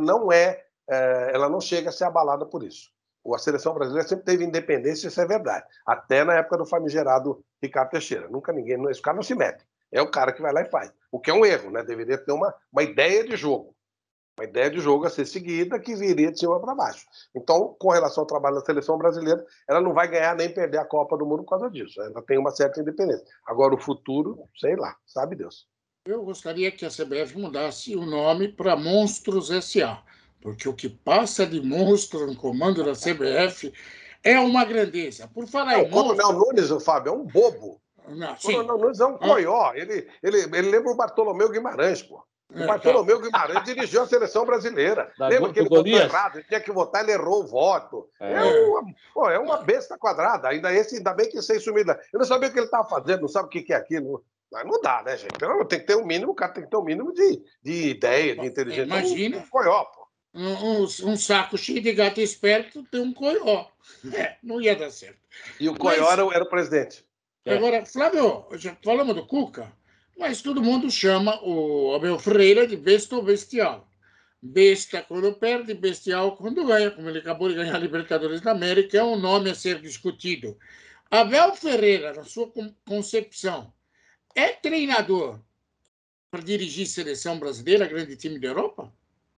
não chega a ser abalada por isso. A seleção brasileira sempre teve independência, isso é verdade. Até na época do famigerado Ricardo Teixeira. Esse cara não se mete. É o cara que vai lá e faz. O que é um erro, né? Deveria ter uma ideia de jogo. Uma ideia de jogo a ser seguida que viria de cima para baixo. Então, com relação ao trabalho da seleção brasileira, ela não vai ganhar nem perder a Copa do Mundo por causa disso. Ela tem uma certa independência. Agora, o futuro, sei lá, sabe Deus. Eu gostaria que a CBF mudasse o nome para Monstros S.A., porque o que passa de monstro no comando da CBF é uma grandeza. Por falar em monstro... O Coronel Nunes, Fábio, é um bobo. O Coronel Nunes é um coió. Ele lembra o Bartolomeu Guimarães, pô. O Bartolomeu Guimarães dirigiu a seleção brasileira. Lembra que ele votou errado, ele tinha que votar, ele errou o voto. É uma besta quadrada. Ainda bem que isso aí sumiu. Eu não sabia o que ele estava fazendo, não sabe o que é aquilo. Mas não dá, né, gente? Tem que ter um mínimo, o cara tem que ter um mínimo de ideia, de inteligência. Imagina. Um coió, pô. Um saco cheio de gato esperto tem um coió. Não ia dar certo. E o coió era o presidente. Agora, Flávio, já falamos do Cuca, mas todo mundo chama o Abel Ferreira de besta ou bestial. Besta quando perde, bestial quando ganha, como ele acabou de ganhar a Libertadores da América, é um nome a ser discutido. Abel Ferreira, na sua concepção, é treinador para dirigir seleção brasileira, grande time da Europa?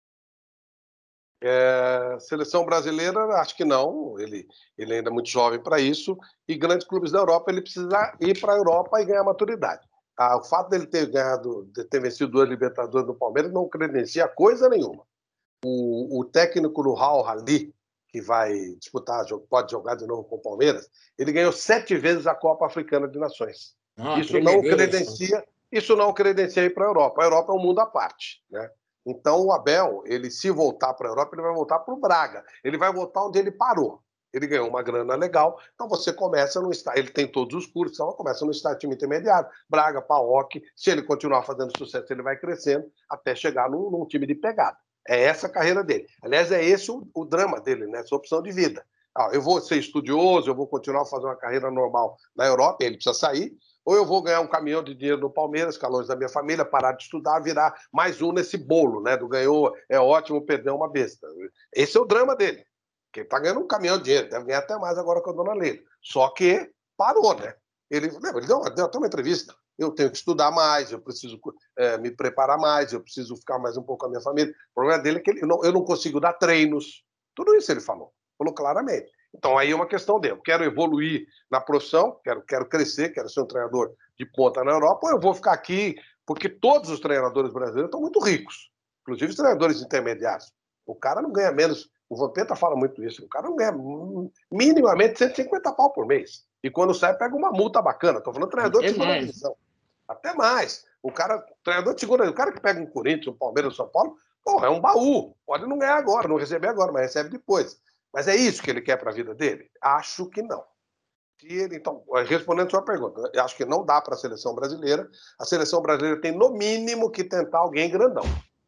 Seleção brasileira, acho que não. Ele ainda é muito jovem para isso. E grandes clubes da Europa, ele precisa ir para a Europa e ganhar maturidade. O fato dele de ter vencido 2 Libertadores do Palmeiras não credencia coisa nenhuma. O técnico no Al Ahly, que vai disputar, pode jogar de novo com o Palmeiras, ele ganhou 7 vezes a Copa Africana de Nações. Isso não o credencia ir para a Europa. A Europa é um mundo à parte, né? Então, o Abel, ele se voltar para a Europa, ele vai voltar para o Braga. Ele vai voltar onde ele parou. Ele ganhou uma grana legal, então você começa no estágio, ele tem todos os cursos, então começa no estágio time intermediário, Braga, PAOK, se ele continuar fazendo sucesso, ele vai crescendo até chegar num time de pegada. É essa a carreira dele. Aliás, é esse o drama dele, né? Essa opção de vida. Eu vou ser estudioso, eu vou continuar a fazer uma carreira normal na Europa, ele precisa sair, ou eu vou ganhar um caminhão de dinheiro no Palmeiras, que é longe da minha família, parar de estudar, virar mais um nesse bolo, né? Do ganhou, é ótimo, perdeu uma besta. Esse é o drama dele. Porque ele está ganhando um caminhão de dinheiro, deve ganhar até mais agora com a dona Leila. Só que parou, né? Ele deu até uma entrevista. Eu tenho que estudar mais, eu preciso me preparar mais, eu preciso ficar mais um pouco com a minha família. O problema dele é que eu não consigo dar treinos. Tudo isso ele falou claramente. Então, aí é uma questão dele. Eu quero evoluir na profissão, quero crescer, quero ser um treinador de ponta na Europa, ou eu vou ficar aqui, porque todos os treinadores brasileiros estão muito ricos, inclusive os treinadores intermediários. O cara não ganha menos, o Vampeta fala muito isso, o cara não ganha minimamente 150 pau por mês. E quando sai, pega uma multa bacana. Estou falando treinador de segunda divisão. Até mais. Treinador de segunda divisão, o cara que pega um Corinthians, um Palmeiras, um São Paulo, é um baú. Pode não ganhar agora, não receber agora, mas recebe depois. Mas é isso que ele quer para a vida dele? Acho que não. Então, respondendo a sua pergunta, eu acho que não dá para a seleção brasileira. A seleção brasileira tem, no mínimo, que tentar alguém grandão.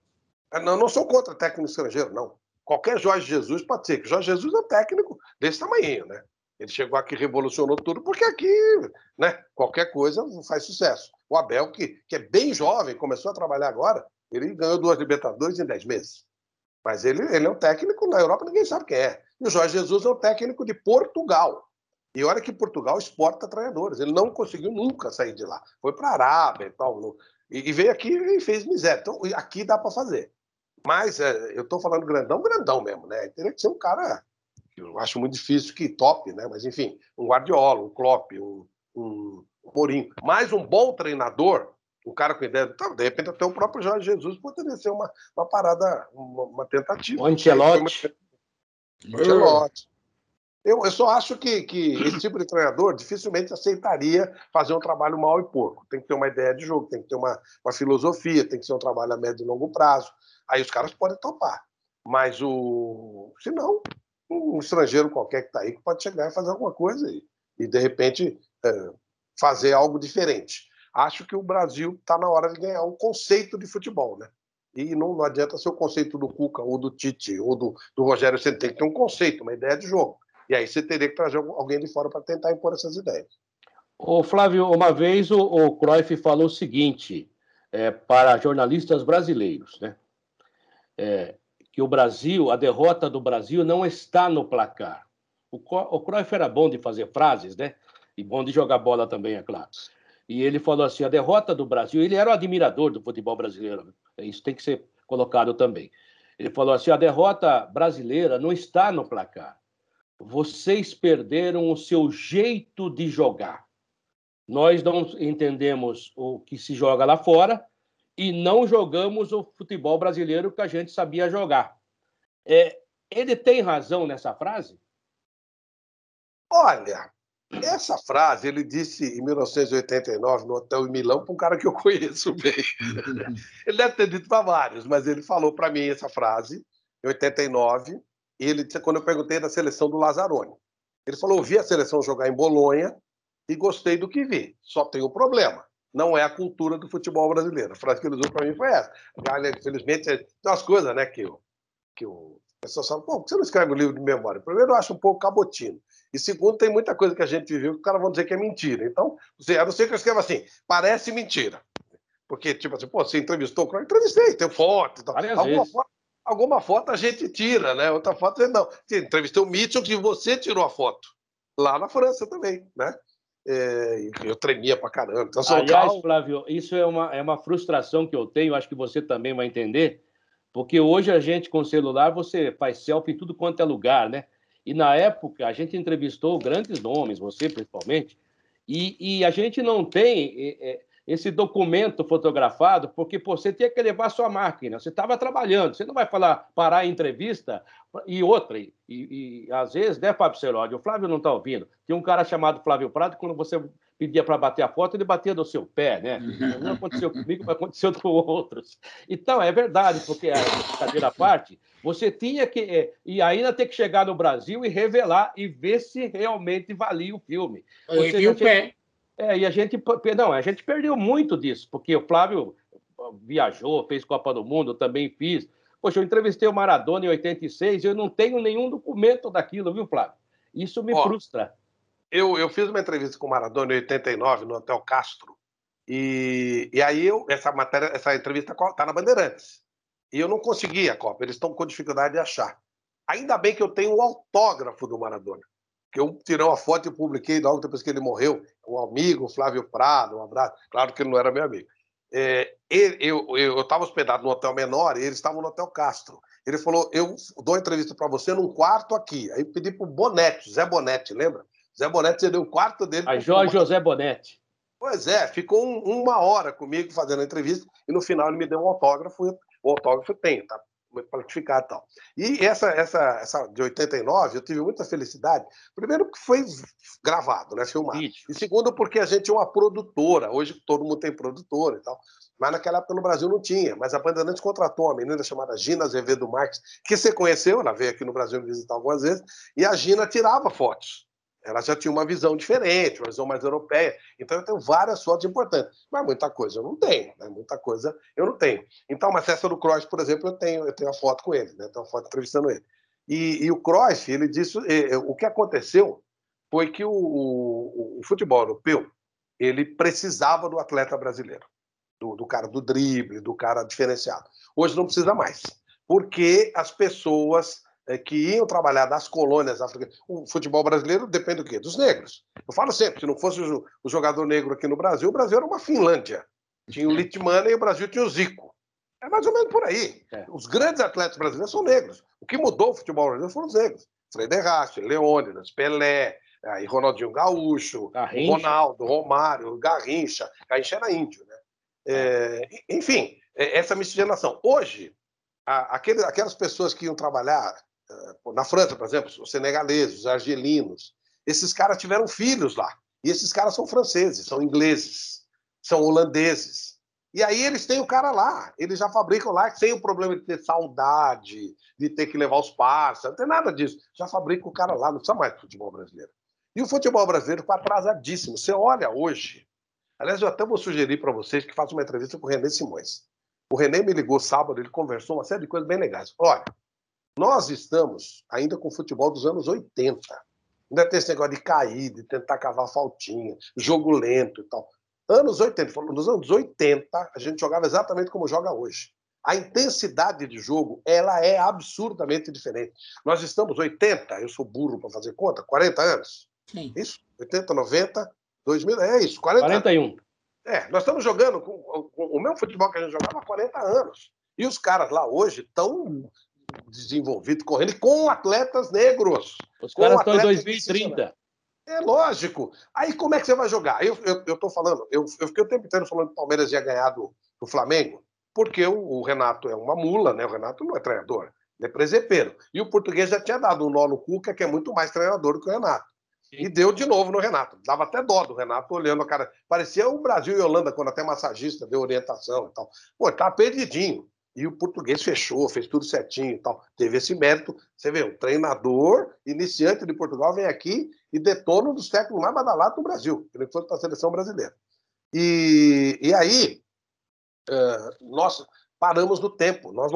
Eu não sou contra técnico estrangeiro, não. Qualquer Jorge Jesus pode ser, que Jorge Jesus é um técnico desse tamanho, né? Ele chegou aqui, revolucionou tudo, porque aqui, né, qualquer coisa faz sucesso. O Abel, que é bem jovem, começou a trabalhar agora, ele ganhou 2 Libertadores em 10 meses. Mas ele é um técnico, na Europa ninguém sabe quem é. E o Jorge Jesus é um técnico de Portugal. E olha que Portugal exporta treinadores. Ele não conseguiu nunca sair de lá. Foi para a Arábia e tal. E veio aqui e fez miséria. Então, aqui dá para fazer. Mas eu estou falando grandão mesmo, né? Teria que ser um cara que eu acho muito difícil que tope, né? Mas, enfim, um Guardiola, um Klopp, um Mourinho. Mas um bom treinador, um cara com ideia, de repente até o próprio Jorge Jesus poderia ser uma parada, uma tentativa. O Ancelotti. Eu só acho que esse tipo de treinador dificilmente aceitaria fazer um trabalho mal e porco. Tem que ter uma ideia de jogo, tem que ter uma filosofia, tem que ser um trabalho a médio e longo prazo. Aí os caras podem topar. Mas se não, um estrangeiro qualquer que está aí que pode chegar e fazer alguma coisa e de repente, fazer algo diferente. Acho que o Brasil está na hora de ganhar um conceito de futebol, né? E não adianta ser o conceito do Cuca, ou do Tite, ou do Rogério. Você tem que ter um conceito, uma ideia de jogo. E aí você teria que trazer alguém de fora para tentar impor essas ideias. Ô, Flávio, uma vez o Cruyff falou o seguinte para jornalistas brasileiros, né? Que o Brasil, a derrota do Brasil não está no placar. O Cruyff era bom de fazer frases, né? E bom de jogar bola também, é claro. E ele falou assim, a derrota do Brasil... Ele era um admirador do futebol brasileiro. Isso tem que ser colocado também. Ele falou assim, a derrota brasileira não está no placar. Vocês perderam o seu jeito de jogar. Nós não entendemos o que se joga lá fora e não jogamos o futebol brasileiro que a gente sabia jogar. Ele tem razão nessa frase? Olha... Essa frase ele disse em 1989 no hotel em Milão para um cara que eu conheço bem. Ele deve ter dito para vários, mas ele falou para mim essa frase em 89. Quando eu perguntei da seleção do Lazzaroni, ele falou: eu vi a seleção jogar em Bolonha e gostei do que vi. Só tem um problema: não é a cultura do futebol brasileiro. A frase que ele usou para mim foi essa. Infelizmente, tem umas coisas, né, que o pessoal fala: pô, por que você não escreve um livro de memória? Primeiro, eu acho um pouco cabotino. E segundo, tem muita coisa que a gente viveu que os caras vão dizer que é mentira. Então, a não ser que eu escreva assim, parece mentira. Porque, tipo assim, pô, você entrevistou? Eu entrevistei, tem foto e tal. Alguma foto a gente tira, né? Outra foto, não. Você entrevistou o Mitchell, que você tirou a foto. Lá na França também, né? Eu tremia pra caramba. Então, aliás, Flávio, isso é uma frustração que eu tenho, acho que você também vai entender, porque hoje a gente, com celular, você faz selfie em tudo quanto é lugar, né? E, na época, a gente entrevistou grandes nomes, você principalmente, e a gente não tem esse documento fotografado, porque você tinha que levar sua máquina, você estava trabalhando, você não vai parar a entrevista e outra. E às vezes, né, Fábio Serodi, o Flávio não está ouvindo, tem um cara chamado Flávio Prado, quando você pedia para bater a foto, ele batia no seu pé, né? Não aconteceu comigo, mas aconteceu com outros. Então, é verdade, porque a brincadeira à parte, você tinha que... E ainda ter que chegar no Brasil e revelar e ver se realmente valia o filme. Ou seja, o pé. E a gente... Não, a gente perdeu muito disso, porque o Flávio viajou, fez Copa do Mundo, eu também fiz. Poxa, eu entrevistei o Maradona em 86 e eu não tenho nenhum documento daquilo, viu, Flávio? Isso me frustra. Eu fiz uma entrevista com o Maradona em 89, no Hotel Castro, e aí essa entrevista está na Bandeirantes. E eu não consegui a cópia, eles estão com dificuldade de achar. Ainda bem que eu tenho o autógrafo do Maradona, que eu tirei uma foto e publiquei logo depois que ele morreu. Um amigo, Flávio Prado, um abraço. Claro que ele não era meu amigo. Eu estava hospedado no hotel menor e eles estavam no Hotel Castro. Ele falou, eu dou entrevista para você num quarto aqui. Aí pedi para o Bonetti, Zé Bonetti, lembra? Zé Bonetti cedeu o quarto dele. A Jorge José Bonetti. Pois é, ficou uma hora comigo fazendo a entrevista e no final ele me deu um autógrafo. O autógrafo tem, tá plastificado e tal. E essa de 89, eu tive muita felicidade. Primeiro porque foi gravado, né, filmado. E segundo porque a gente é uma produtora. Hoje todo mundo tem produtora e tal. Mas naquela época no Brasil não tinha. Mas a Bandeirantes contratou uma menina chamada Gina Azevedo Marques, que você conheceu, ela veio aqui no Brasil me visitar algumas vezes, e a Gina tirava fotos. Ela já tinha uma visão diferente, uma visão mais europeia. Então, eu tenho várias fotos importantes. Mas muita coisa eu não tenho, né? Muita coisa eu não tenho. Então, uma festa do Cruyff, por exemplo, eu tenho uma foto com ele, né? Tenho uma foto entrevistando ele. E o Cruyff, ele disse... O que aconteceu foi que o futebol europeu, ele precisava do atleta brasileiro. Do cara do drible, do cara diferenciado. Hoje não precisa mais. Porque as pessoas... que iam trabalhar nas colônias africanas. O futebol brasileiro depende do quê? Dos negros. Eu falo sempre, se não fosse o jogador negro aqui no Brasil, o Brasil era uma Finlândia. Tinha o Litmanen e o Brasil tinha o Zico. É mais ou menos por aí. Os grandes atletas brasileiros são negros. O que mudou o futebol brasileiro foram os negros. Frederich, Leônidas, Pelé, aí Ronaldinho Gaúcho, Ronaldo, Romário, Garrincha. Garrincha era índio, né? Enfim, essa miscigenação. Hoje, aquelas pessoas que iam trabalhar na França, por exemplo, os senegaleses, os argelinos, esses caras tiveram filhos lá. E esses caras são franceses, são ingleses, são holandeses. E aí eles têm o cara lá, eles já fabricam lá, sem o problema de ter saudade, de ter que levar os parceiros, não tem nada disso. Já fabrica o cara lá, não precisa mais do futebol brasileiro. E o futebol brasileiro está atrasadíssimo. Você olha hoje, aliás, eu até vou sugerir para vocês que façam uma entrevista com o René Simões. O René me ligou sábado, ele conversou uma série de coisas bem legais. Olha, nós estamos ainda com o futebol dos anos 80. Ainda tem esse negócio de cair, de tentar cavar faltinha, jogo lento e tal. Anos 80, nos anos 80, a gente jogava exatamente como joga hoje. A intensidade de jogo, ela é absurdamente diferente. Nós estamos 80, eu sou burro para fazer conta, 40 anos? Sim. Isso? 80, 90, 2000, é isso, 41. Anos. Nós estamos jogando com o mesmo futebol que a gente jogava há 40 anos. E os caras lá hoje estão desenvolvidos, correndo com atletas negros. Os caras estão em 2030. É lógico. Aí como é que você vai jogar? Eu estou falando, eu fiquei o tempo inteiro falando que o Palmeiras ia ganhar do Flamengo, porque o Renato é uma mula, né? O Renato não é treinador, ele é presepeiro. E o português já tinha dado um nó no Cuca, que é muito mais treinador do que o Renato. E deu de novo no Renato. Dava até dó do Renato olhando a cara. Parecia o Brasil e a Holanda, quando até massagista deu orientação e tal. Pô, tá perdidinho. E o português fechou, fez tudo certinho e tal. Teve esse mérito. Você vê, um treinador iniciante de Portugal vem aqui e detona um dos técnicos mais badalados do Brasil. Ele foi para a seleção brasileira. E aí, nós paramos no tempo. Nós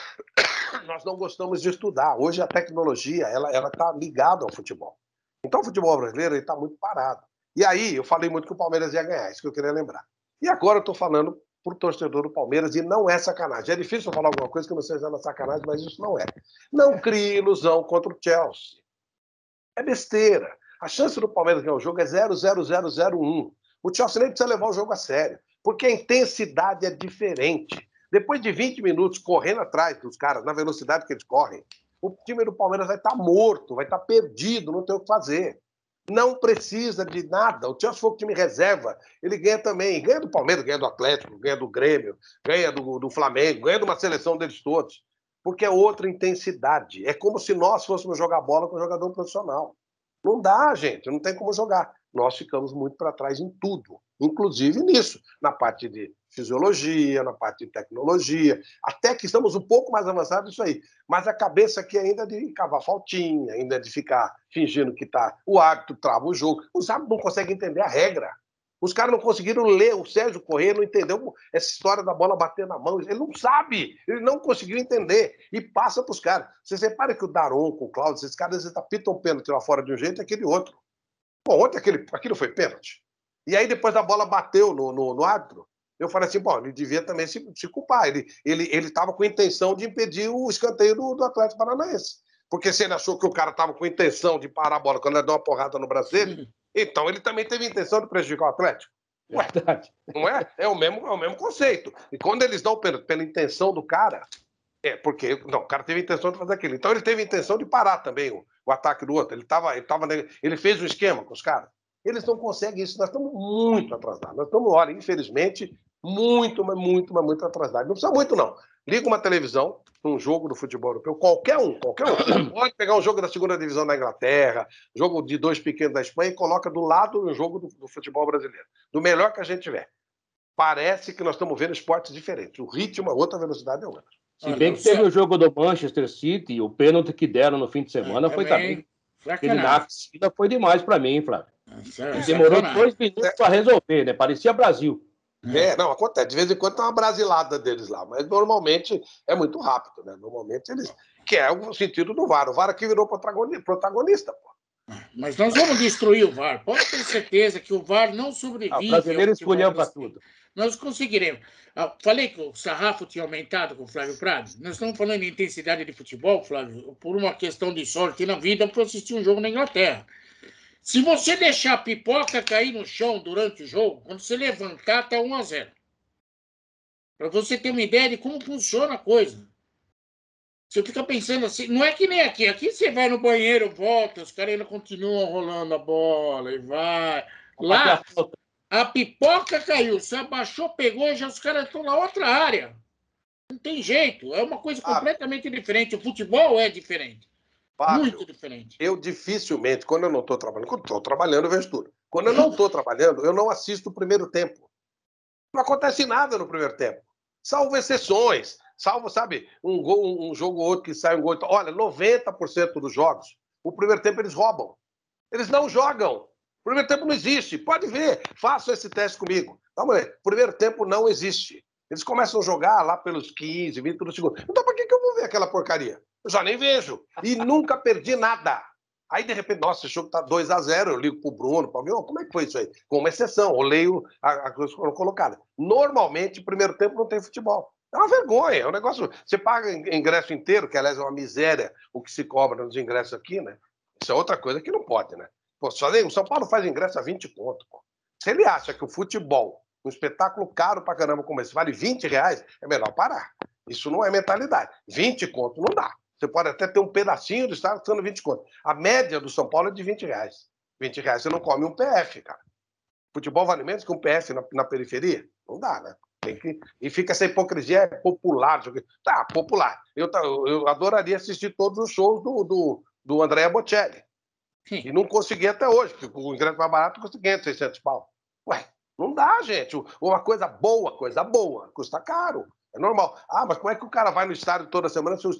não gostamos de estudar. Hoje a tecnologia ela está ligada ao futebol. Então o futebol brasileiro está muito parado. E aí eu falei muito que o Palmeiras ia ganhar, isso que eu queria lembrar. E agora eu estou falando para o torcedor do Palmeiras e não é sacanagem. É difícil eu falar alguma coisa que não seja na sacanagem, mas isso não é. Não crie ilusão contra o Chelsea. É besteira. A chance do Palmeiras ganhar o jogo é 0,0001. O Chelsea nem precisa levar o jogo a sério, porque a intensidade é diferente. Depois de 20 minutos correndo atrás dos caras, na velocidade que eles correm, o time do Palmeiras vai estar morto, vai estar perdido, não tem o que fazer. Não precisa de nada. O Chelsea foi o time reserva, ele ganha também. Ganha do Palmeiras, ganha do Atlético, ganha do Grêmio, ganha do Flamengo, ganha de uma seleção deles todos. Porque é outra intensidade. É como se nós fôssemos jogar bola com um jogador profissional. Não dá, gente, não tem como jogar. nós ficamos muito para trás em tudo, inclusive nisso, na parte de fisiologia, na parte de tecnologia, até que estamos um pouco mais avançados nisso aí. Mas a cabeça aqui ainda de cavar faltinha, ainda de ficar fingindo que o árbitro trava o jogo. Os árbitros não conseguem entender a regra. Os caras não conseguiram ler, o Sérgio Corrêa não entendeu essa história da bola bater na mão. Ele não sabe, ele não conseguiu entender. E passa para os caras. Você repara que o Daronco, o Cláudio, esses caras apitam um pênalti lá fora de um jeito e aquele outro. Bom, ontem aquilo foi pênalti. E aí depois a bola bateu no árbitro. Eu falei assim, bom, ele devia também se culpar. Ele estava com a intenção de impedir o escanteio do Atlético Paranaense. Porque se ele achou que o cara estava com a intenção de parar a bola quando ele deu uma porrada no braço dele, então ele também teve a intenção de prejudicar o Atlético. Ué, não é? É o mesmo conceito. E quando eles dão pela intenção do cara, porque não, o cara teve a intenção de fazer aquilo. Então ele teve a intenção de parar também o ataque do outro. Ele fez um esquema com os caras. Eles não conseguem isso. Nós estamos muito atrasados. Nós estamos, olha, infelizmente, muito atrasados. Não precisa muito, não. Liga uma televisão, um jogo do futebol europeu, qualquer um. Pode pegar um jogo da segunda divisão da Inglaterra, jogo de dois pequenos da Espanha e coloca do lado um jogo do futebol brasileiro. Do melhor que a gente tiver. Parece que nós estamos vendo esportes diferentes. O ritmo é outra, a velocidade é outra. Se bem que teve o jogo do Manchester City e o pênalti que deram no fim de semana foi também. Aquele na piscina foi demais para mim, Flávio. Demorou 2 minutos para resolver, né? Parecia Brasil. Não, acontece. De vez em quando tem uma brasilada deles lá, mas normalmente é muito rápido, né? Normalmente eles... Que é o sentido do VAR. O VAR aqui virou protagonista, pô. Mas nós vamos destruir o VAR. Pode ter certeza que o VAR não sobrevive. O brasileiro escolheu para tudo. Nós conseguiremos. Falei que o sarrafo tinha aumentado com o Flávio Prado. Nós estamos falando de intensidade de futebol, Flávio, por uma questão de sorte na vida, para assistir um jogo na Inglaterra. Se você deixar a pipoca cair no chão durante o jogo, quando você levantar, está 1-0. Para você ter uma ideia de como funciona a coisa. Você fica pensando assim, não é que nem aqui. Aqui você vai no banheiro, volta, os caras ainda continuam rolando a bola e vai. Lá, a pipoca caiu, você abaixou, pegou, já os caras estão na outra área. Não tem jeito, é uma coisa completamente diferente. O futebol é diferente. Fábio, muito diferente. Eu dificilmente, quando eu não estou trabalhando, quando estou trabalhando eu vejo tudo. Quando eu não estou trabalhando, eu não assisto o primeiro tempo. Não acontece nada no primeiro tempo. Salvo exceções, salvo, sabe, um jogo ou outro que sai um gol. Olha, 90% dos jogos, o primeiro tempo eles roubam. Eles não jogam. O primeiro tempo não existe. Pode ver, faça esse teste comigo. Vamos ver. O primeiro tempo não existe. Eles começam a jogar lá pelos 15, 20 do segundo. Então por que eu vou ver aquela porcaria? Eu já nem vejo. E nunca perdi nada. Aí, de repente, nossa, esse jogo tá 2-0, eu ligo pro Bruno, para alguém, como é que foi isso aí? Com uma exceção, eu leio a coisa que foram colocadas. Normalmente, primeiro tempo não tem futebol. É uma vergonha, é um negócio... Você paga ingresso inteiro, que, aliás, é uma miséria o que se cobra nos ingressos aqui, né? Isso é outra coisa que não pode, né? Pô, o São Paulo faz ingresso a 20 conto, pô. Se ele acha que o futebol, um espetáculo caro pra caramba como esse, vale R$20, é melhor parar. Isso não é mentalidade. 20 conto não dá. Você pode até ter um pedacinho do estado custando 20 conto. A média do São Paulo é de R$20. R$20 você não come um PF, cara. Futebol vale menos que um PF na periferia? Não dá, né? E fica essa hipocrisia popular. Tá, popular. Eu adoraria assistir todos os shows do Andrea Bocelli. Sim. E não consegui até hoje, porque o ingresso mais barato custa 500, 600 pau. Ué, não dá, gente. Uma coisa boa, custa caro. É normal. Mas como é que o cara vai no estádio toda semana se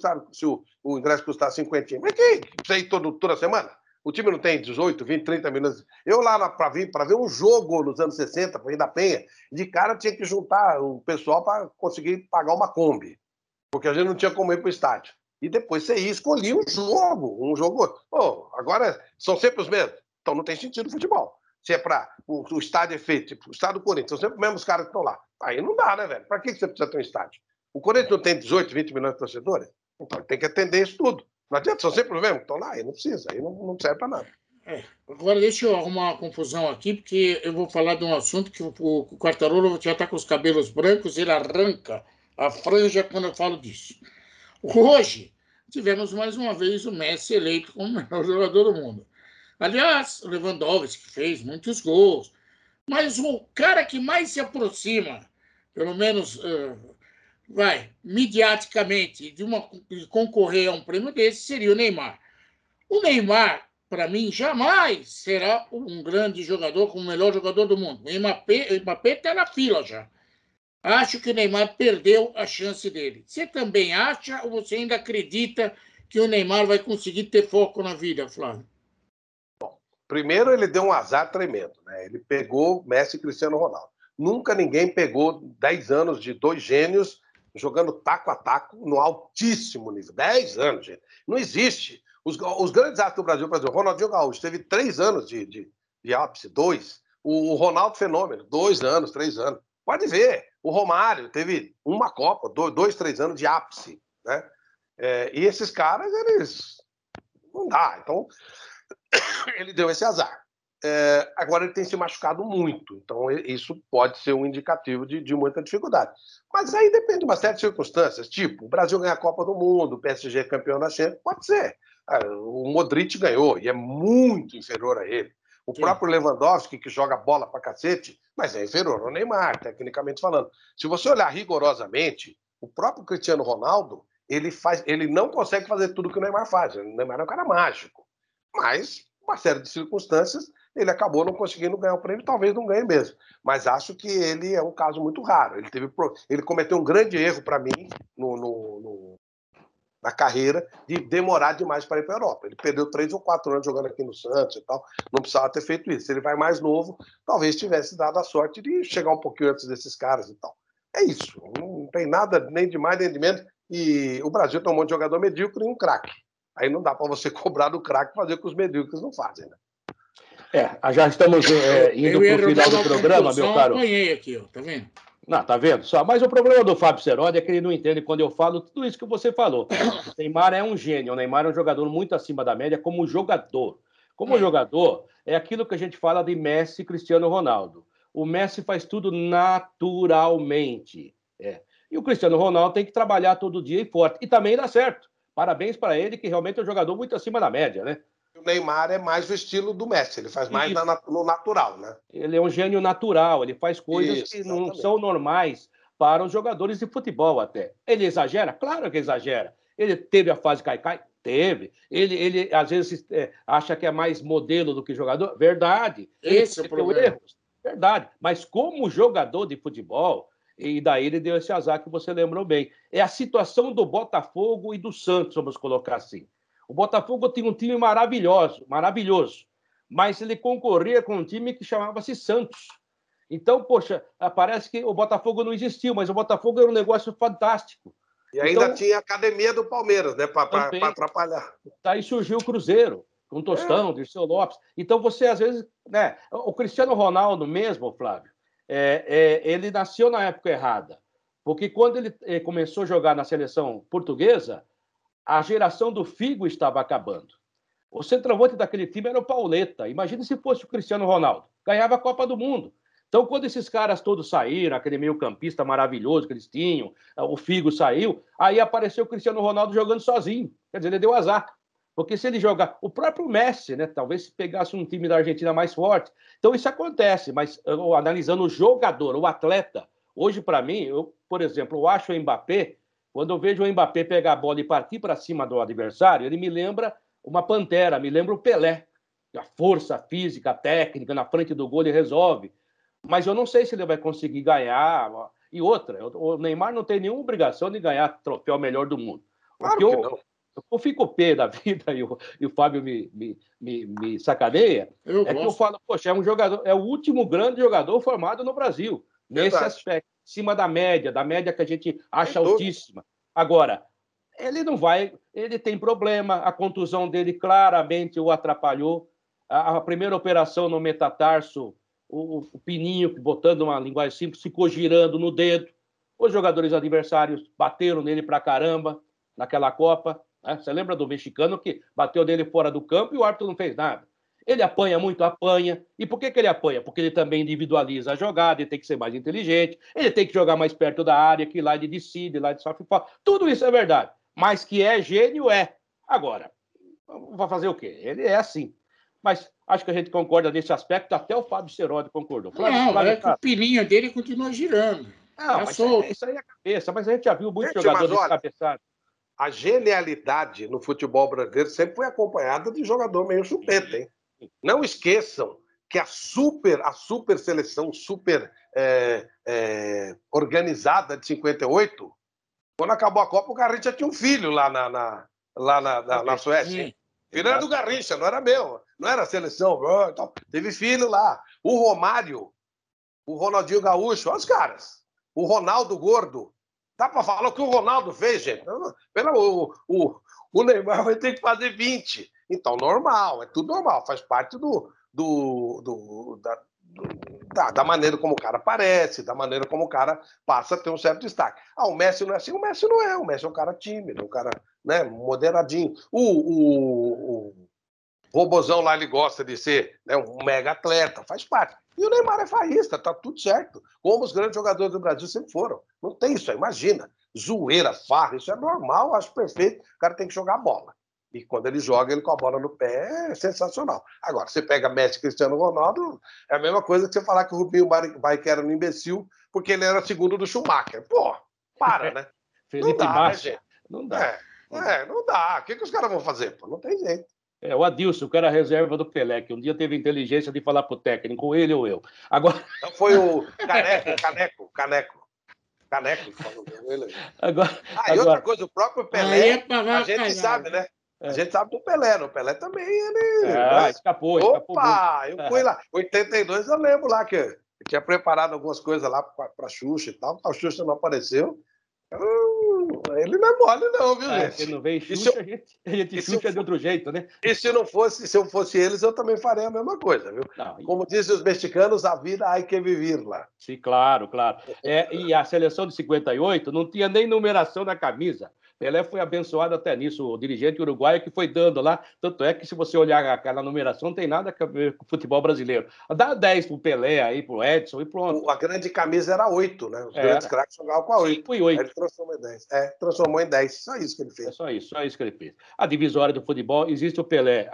o ingresso custar 50? Mas que precisa ir toda semana? O time não tem 18, 20, 30 minutos. Eu lá para ver um jogo nos anos 60, para ir da Penha, de cara tinha que juntar o pessoal para conseguir pagar uma Kombi. Porque a gente não tinha como ir para o estádio. E depois você ia escolher um jogo. Pô, agora são sempre os mesmos. Então não tem sentido o futebol. Se é para o estádio é feito, tipo o estádio do Corinthians, são sempre os mesmos caras que estão lá. Aí não dá, né, velho? Para que você precisa ter um estádio? O Corinthians não tem 18, 20 milhões de torcedores? Então tem que atender isso tudo. Não adianta, são sempre os mesmos que estão lá, aí não precisa, aí não serve para nada. Agora deixa eu arrumar uma confusão aqui, porque eu vou falar de um assunto que o Quartarolo já está com os cabelos brancos, ele arranca a franja quando eu falo disso. Hoje tivemos mais uma vez o Messi eleito como o melhor jogador do mundo. Aliás, o Lewandowski fez muitos gols, mas o cara que mais se aproxima, pelo menos mediaticamente, de concorrer a um prêmio desse seria o Neymar. O Neymar para mim, jamais será um grande jogador, como o melhor jogador do mundo. O Mbappé está na fila já. Acho que o Neymar perdeu a chance dele. Você também acha ou você ainda acredita que o Neymar vai conseguir ter foco na vida, Flávio? Primeiro, ele deu um azar tremendo, né? Ele pegou Messi e Cristiano Ronaldo. Nunca ninguém pegou 10 anos de dois gênios jogando taco a taco no altíssimo nível. 10 anos, gente. Não existe. Os grandes astros do Brasil, por exemplo, o Ronaldinho Gaúcho teve 3 anos de ápice, 2. O Ronaldo Fenômeno, 2 anos, 3 anos. Pode ver. O Romário teve uma Copa, 2, 3 anos de ápice, né? E esses caras, eles... Não dá. Então, ele deu esse azar. Agora ele tem se machucado muito, então isso pode ser um indicativo de muita dificuldade. Mas aí depende de uma série de circunstâncias, tipo, o Brasil ganha a Copa do Mundo, o PSG é campeão da Champions, pode ser. O Modric ganhou e é muito inferior a ele. O próprio Lewandowski, que joga bola pra cacete, mas é inferior ao Neymar, tecnicamente falando. Se você olhar rigorosamente, o próprio Cristiano Ronaldo, ele não consegue fazer tudo que o Neymar faz. O Neymar é um cara mágico. Mas, uma série de circunstâncias, ele acabou não conseguindo ganhar o prêmio, talvez não ganhe mesmo. Mas acho que ele é um caso muito raro. Ele cometeu um grande erro, para mim, na carreira, de demorar demais para ir para a Europa. Ele perdeu 3 ou 4 anos jogando aqui no Santos e tal, não precisava ter feito isso. Se ele vai mais novo, talvez tivesse dado a sorte de chegar um pouquinho antes desses caras e tal. É isso, não tem nada nem de mais nem de menos. E o Brasil tem um monte de jogador medíocre e um craque. Aí não dá para você cobrar do craque fazer o que os medíocres não fazem, né? Já estamos indo para o final do programa, meu caro. Eu apanhei aqui, ó, tá vendo? Não, tá vendo? Mas o problema do Fábio Serodi é que ele não entende quando eu falo tudo isso que você falou. O Neymar é um gênio, o Neymar é um jogador muito acima da média como jogador. Como jogador, é aquilo que a gente fala de Messi e Cristiano Ronaldo. O Messi faz tudo naturalmente. E o Cristiano Ronaldo tem que trabalhar todo dia e forte. E também dá certo. Parabéns para ele, que realmente é um jogador muito acima da média, né? O Neymar é mais o estilo do Messi, ele faz mais no natural, né? Ele é um gênio natural, ele faz coisas que não são normais para os jogadores de futebol até. Ele exagera? Claro que exagera. Ele teve a fase cai-cai? Teve. Ele às vezes acha que é mais modelo do que jogador? Verdade. Esse é o problema. Verdade. Mas como jogador de futebol, e daí ele deu esse azar que você lembrou bem. É a situação do Botafogo e do Santos, vamos colocar assim. O Botafogo tinha um time maravilhoso, mas ele concorria com um time que chamava-se Santos. Então, poxa, parece que o Botafogo não existiu, mas o Botafogo era um negócio fantástico. E ainda tinha a academia do Palmeiras, né, para atrapalhar. Daí surgiu o Cruzeiro, com Tostão, Dirceu Lopes. Então, você, às vezes... né, o Cristiano Ronaldo mesmo, Flávio, ele nasceu na época errada. Porque quando ele começou a jogar na seleção portuguesa, a geração do Figo estava acabando. O centroavante daquele time era o Pauleta. Imagina se fosse o Cristiano Ronaldo. Ganhava a Copa do Mundo. Então, quando esses caras todos saíram, aquele meio-campista maravilhoso que eles tinham, o Figo saiu, aí apareceu o Cristiano Ronaldo jogando sozinho. Quer dizer, ele deu azar. Porque se ele jogar... O próprio Messi, né? Talvez se pegasse um time da Argentina mais forte. Então, isso acontece. Mas, analisando o jogador, o atleta, hoje, para mim, por exemplo, eu acho o Mbappé... Quando eu vejo o Mbappé pegar a bola e partir para cima do adversário, ele me lembra uma pantera, me lembra o Pelé. A força física, a técnica, na frente do gol ele resolve. Mas eu não sei se ele vai conseguir ganhar. E outra, o Neymar não tem nenhuma obrigação de ganhar troféu melhor do mundo. Claro que não. Eu fico pé da vida e o Fábio me sacaneia. Que eu falo, poxa, é um jogador, é o último grande jogador formado no Brasil. Nesse aspecto, acima da média que a gente acha altíssima. Agora, ele não vai, ele tem problema, a contusão dele claramente o atrapalhou. A primeira operação no metatarso, o pininho, botando uma linguagem simples, ficou girando no dedo. Os jogadores adversários bateram nele pra caramba naquela Copa. Né? Você lembra do mexicano que bateu nele fora do campo e o árbitro não fez nada? Ele apanha muito, apanha. E por que ele apanha? Porque ele também individualiza a jogada, ele tem que ser mais inteligente, ele tem que jogar mais perto da área, que lá ele decide, lá ele sofre falta. Tudo isso é verdade. Mas que é gênio, é. Agora, vai fazer o quê? Ele é assim. Mas acho que a gente concorda nesse aspecto, até o Fábio Serodi concordou. Que o pininho dele continua girando. Não, mas isso aí é a cabeça. Mas a gente já viu muitos jogadores cabeçados. a genialidade no futebol brasileiro sempre foi acompanhada de jogador meio chupeta, hein? Não esqueçam que a super seleção, organizada de 58, quando acabou a Copa, o Garrincha tinha um filho lá na Suécia. Filho era do Garrincha, não era meu, não era a seleção. Então, teve filho lá. O Romário, o Ronaldinho Gaúcho, olha os caras. O Ronaldo Gordo. Dá para falar o que o Ronaldo fez, gente? O Neymar vai ter que fazer 20. Então, normal, é tudo normal, faz parte da maneira como o cara aparece, da maneira como o cara passa a ter um certo destaque. O Messi não é assim, o Messi não é. O Messi é um cara tímido, um cara, né, moderadinho. O Robozão lá, ele gosta de ser, né, um mega atleta, faz parte. E o Neymar é faísta, tá tudo certo. Como os grandes jogadores do Brasil sempre foram. Não tem isso aí, imagina. Zoeira, farra, isso é normal, acho perfeito. O cara tem que jogar bola. E quando ele joga, ele com a bola no pé, é sensacional. Agora, você pega Messi e Cristiano Ronaldo, é a mesma coisa que você falar que o Rubinho Barrichello era um imbecil porque ele era segundo do Schumacher. Pô, para, né? Felipe não dá, Massa. né, gente? Não dá. Não dá. O que os caras vão fazer? Pô, não tem jeito. O Adilson, o cara reserva do Pelé, que um dia teve inteligência de falar pro técnico, ele ou eu. Agora... Então foi o Caneco. E outra coisa, o próprio Pelé, a gente sabe, né? A gente sabe do Pelé. No Pelé também ele... escapou. Opa! Eu fui lá. Em 82 eu lembro lá que eu tinha preparado algumas coisas lá pra Xuxa e tal. A Xuxa não apareceu. Ele não é mole, não, viu, gente? Se não vem Xuxa, a gente Xuxa de outro jeito, né? E se eu fosse eles, eu também faria a mesma coisa, viu? Como dizem os mexicanos, a vida há que viver lá. Sim, claro. E a seleção de 58 não tinha nem numeração na camisa. Pelé foi abençoado até nisso, o dirigente uruguaio que foi dando lá. Tanto é que, se você olhar aquela numeração, não tem nada a ver com o futebol brasileiro. Dá 10 pro Pelé, aí pro Edson e pronto. A grande camisa era 8, né? Os grandes craques jogavam com a 8. 5 e 8. Aí ele transformou em 10. Transformou em 10. Só isso que ele fez. Só isso que ele fez. A divisória do futebol, existe o Pelé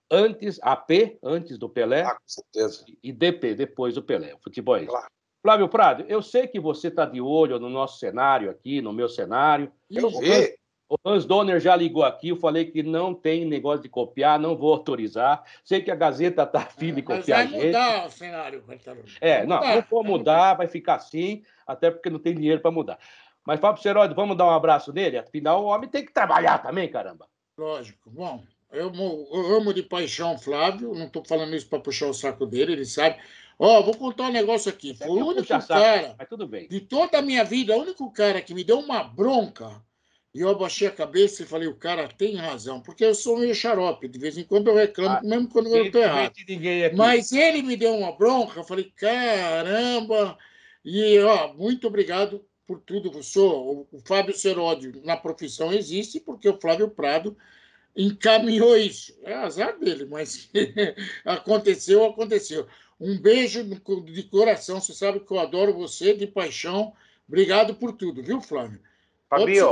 AP, antes do Pelé. Com certeza. E DP, depois do Pelé. O futebol é isso. Claro. Flávio Prado, eu sei que você está de olho no nosso cenário aqui, no meu cenário. Eu vi. O Hans Donner já ligou aqui, eu falei que não tem negócio de copiar, não vou autorizar. Sei que a Gazeta está afim de copiar a gente. Vai mudar o cenário, Marcelo. Não vou mudar, vai ficar assim, até porque não tem dinheiro para mudar. Mas, Fábio Seródio, vamos dar um abraço nele? Afinal, o homem tem que trabalhar também, caramba. Lógico. Bom, eu amo de paixão o Flávio, não estou falando isso para puxar o saco dele, ele sabe. Vou contar um negócio aqui. Foi o único cara, mas tudo bem, de toda a minha vida, o único cara que me deu uma bronca, e eu abaixei a cabeça e falei, o cara tem razão, porque eu sou meio xarope, de vez em quando eu reclamo, mesmo quando eu estou errado. Mas ele me deu uma bronca, eu falei, caramba, e muito obrigado por tudo. O Fábio Seródio na profissão existe porque o Flávio Prado encaminhou isso. É azar dele, mas aconteceu. Um beijo de coração. Você sabe que eu adoro você, de paixão. Obrigado por tudo, viu, Flávio? Fabinho,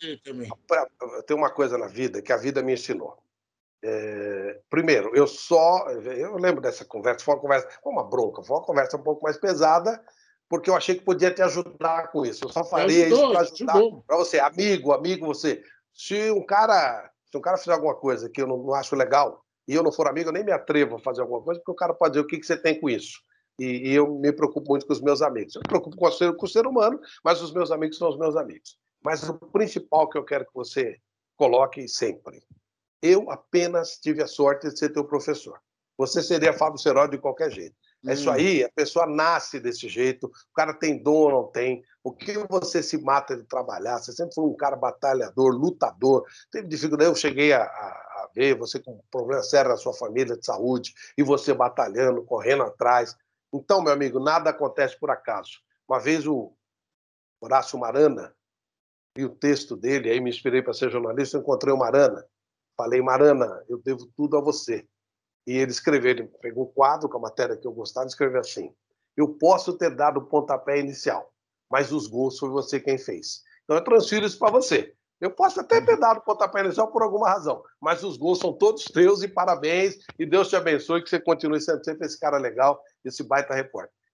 tem uma coisa na vida que a vida me ensinou. Primeiro, eu lembro dessa conversa, foi uma bronca, foi uma conversa um pouco mais pesada, porque eu achei que podia te ajudar com isso. Eu só faria isso para ajudar, para você, amigo, você. Se um cara fizer alguma coisa que eu não acho legal, e eu não for amigo, eu nem me atrevo a fazer alguma coisa, porque o cara pode dizer o que você tem com isso. E eu me preocupo muito com os meus amigos. Eu me preocupo com o ser humano, mas os meus amigos são os meus amigos. Mas o principal que eu quero que você coloque sempre: eu apenas tive a sorte de ser teu professor. Você seria Fábio Seródio de qualquer jeito. É isso aí, a pessoa nasce desse jeito, o cara tem dom ou não tem, o que você se mata de trabalhar, você sempre foi um cara batalhador, lutador, teve dificuldade, eu cheguei a ver você com um problema sério na sua família de saúde, e você batalhando, correndo atrás. Então, meu amigo, nada acontece por acaso. Uma vez o Horácio Marana, vi o texto dele, aí me inspirei para ser jornalista, encontrei o Marana, falei, Marana, eu devo tudo a você. E ele escreveu, ele pegou um quadro com a matéria que eu gostava e escreveu assim: eu posso ter dado o pontapé inicial, mas os gols foi você quem fez. Então eu transfiro isso para você. Eu posso até ter dado o pontapé inicial por alguma razão, mas os gols são todos teus e parabéns, e Deus te abençoe, que você continue sendo sempre esse cara legal, esse baita repórter.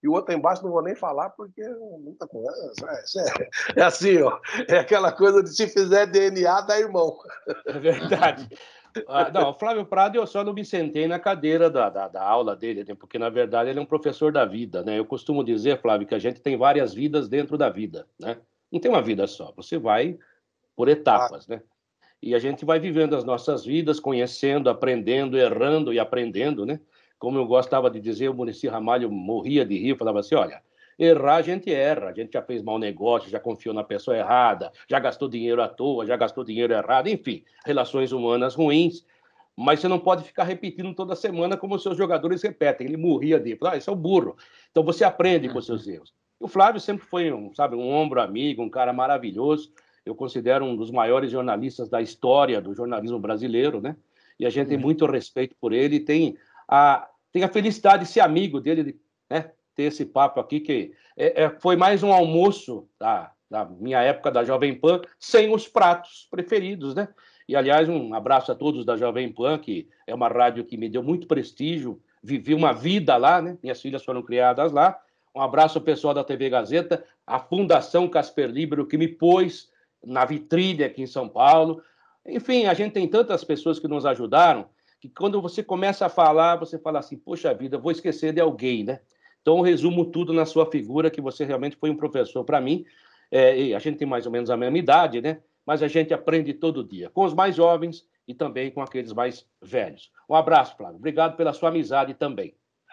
e o outro embaixo não vou nem falar porque muita conversa. É assim, ó, é aquela coisa de se fizer DNA, dá irmão. É verdade. Não, o Flávio Prado, eu só não me sentei na cadeira da aula dele, né? Porque, na verdade, ele é um professor da vida, né? Eu costumo dizer, Flávio, que a gente tem várias vidas dentro da vida, né? Não tem uma vida só, você vai por etapas, né? E a gente vai vivendo as nossas vidas, conhecendo, aprendendo, errando e aprendendo, né? Como eu gostava de dizer, o Muricy Ramalho morria de rir, falava assim, olha, errar a gente erra, a gente já fez mau negócio, já confiou na pessoa errada, já gastou dinheiro à toa, já gastou dinheiro errado, enfim, relações humanas ruins, mas você não pode ficar repetindo toda semana como os seus jogadores repetem. Ele morria de rir, isso é o burro. Então você aprende com os seus erros. E o Flávio sempre foi, um ombro amigo, um cara maravilhoso. Eu considero um dos maiores jornalistas da história do jornalismo brasileiro, né? E a gente tem muito respeito por ele, tem a felicidade de ser amigo dele, né? Ter esse papo aqui, que foi mais um almoço da minha época da Jovem Pan, sem os pratos preferidos, né? E, aliás, um abraço a todos da Jovem Pan, que é uma rádio que me deu muito prestígio, vivi uma vida lá, né? Minhas filhas foram criadas lá. Um abraço ao pessoal da TV Gazeta, a Fundação Casper Libero, que me pôs na vitrine aqui em São Paulo. Enfim, a gente tem tantas pessoas que nos ajudaram, que quando você começa a falar, você fala assim, poxa vida, vou esquecer de alguém, né? Então, eu resumo tudo na sua figura, que você realmente foi um professor para mim. E a gente tem mais ou menos a mesma idade, né? Mas a gente aprende todo dia, com os mais jovens e também com aqueles mais velhos. Um abraço, Flávio. Obrigado pela sua amizade também.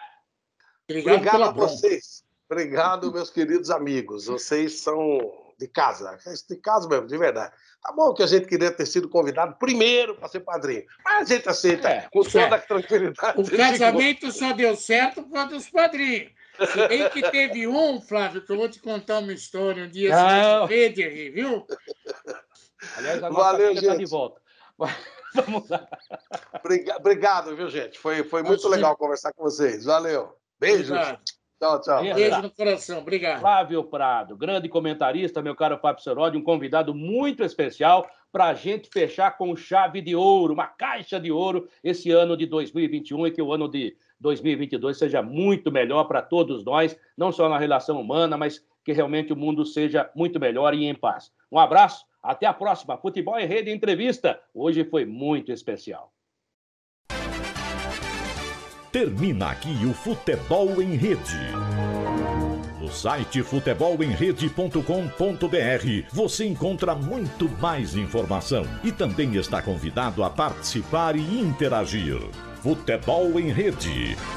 Obrigado a vocês. Obrigado, meus queridos amigos. Vocês são de casa mesmo, de verdade. Tá bom que a gente queria ter sido convidado primeiro para ser padrinho, mas a gente aceita com toda a tranquilidade. O casamento só deu certo por causa dos padrinhos. Se bem que teve um, Flávio, que eu vou te contar uma história um dia, você vai rir, viu? Aliás, a nossa filha está de volta. Vamos lá. Obrigado, viu, gente? Foi muito legal conversar com vocês. Valeu. Beijos. Obrigado. Tchau. Beijo no coração. Obrigado. Flávio Prado, grande comentarista, meu caro Fábio Seródio, um convidado muito especial para a gente fechar com chave de ouro, uma caixa de ouro, esse ano de 2021 e que o ano de 2022 seja muito melhor para todos nós, não só na relação humana, mas que realmente o mundo seja muito melhor e em paz. Um abraço, até a próxima. Futebol em Rede Entrevista. Hoje foi muito especial. Termina aqui o Futebol em Rede. No site futebolemrede.com.br você encontra muito mais informação e também está convidado a participar e interagir. Futebol em Rede.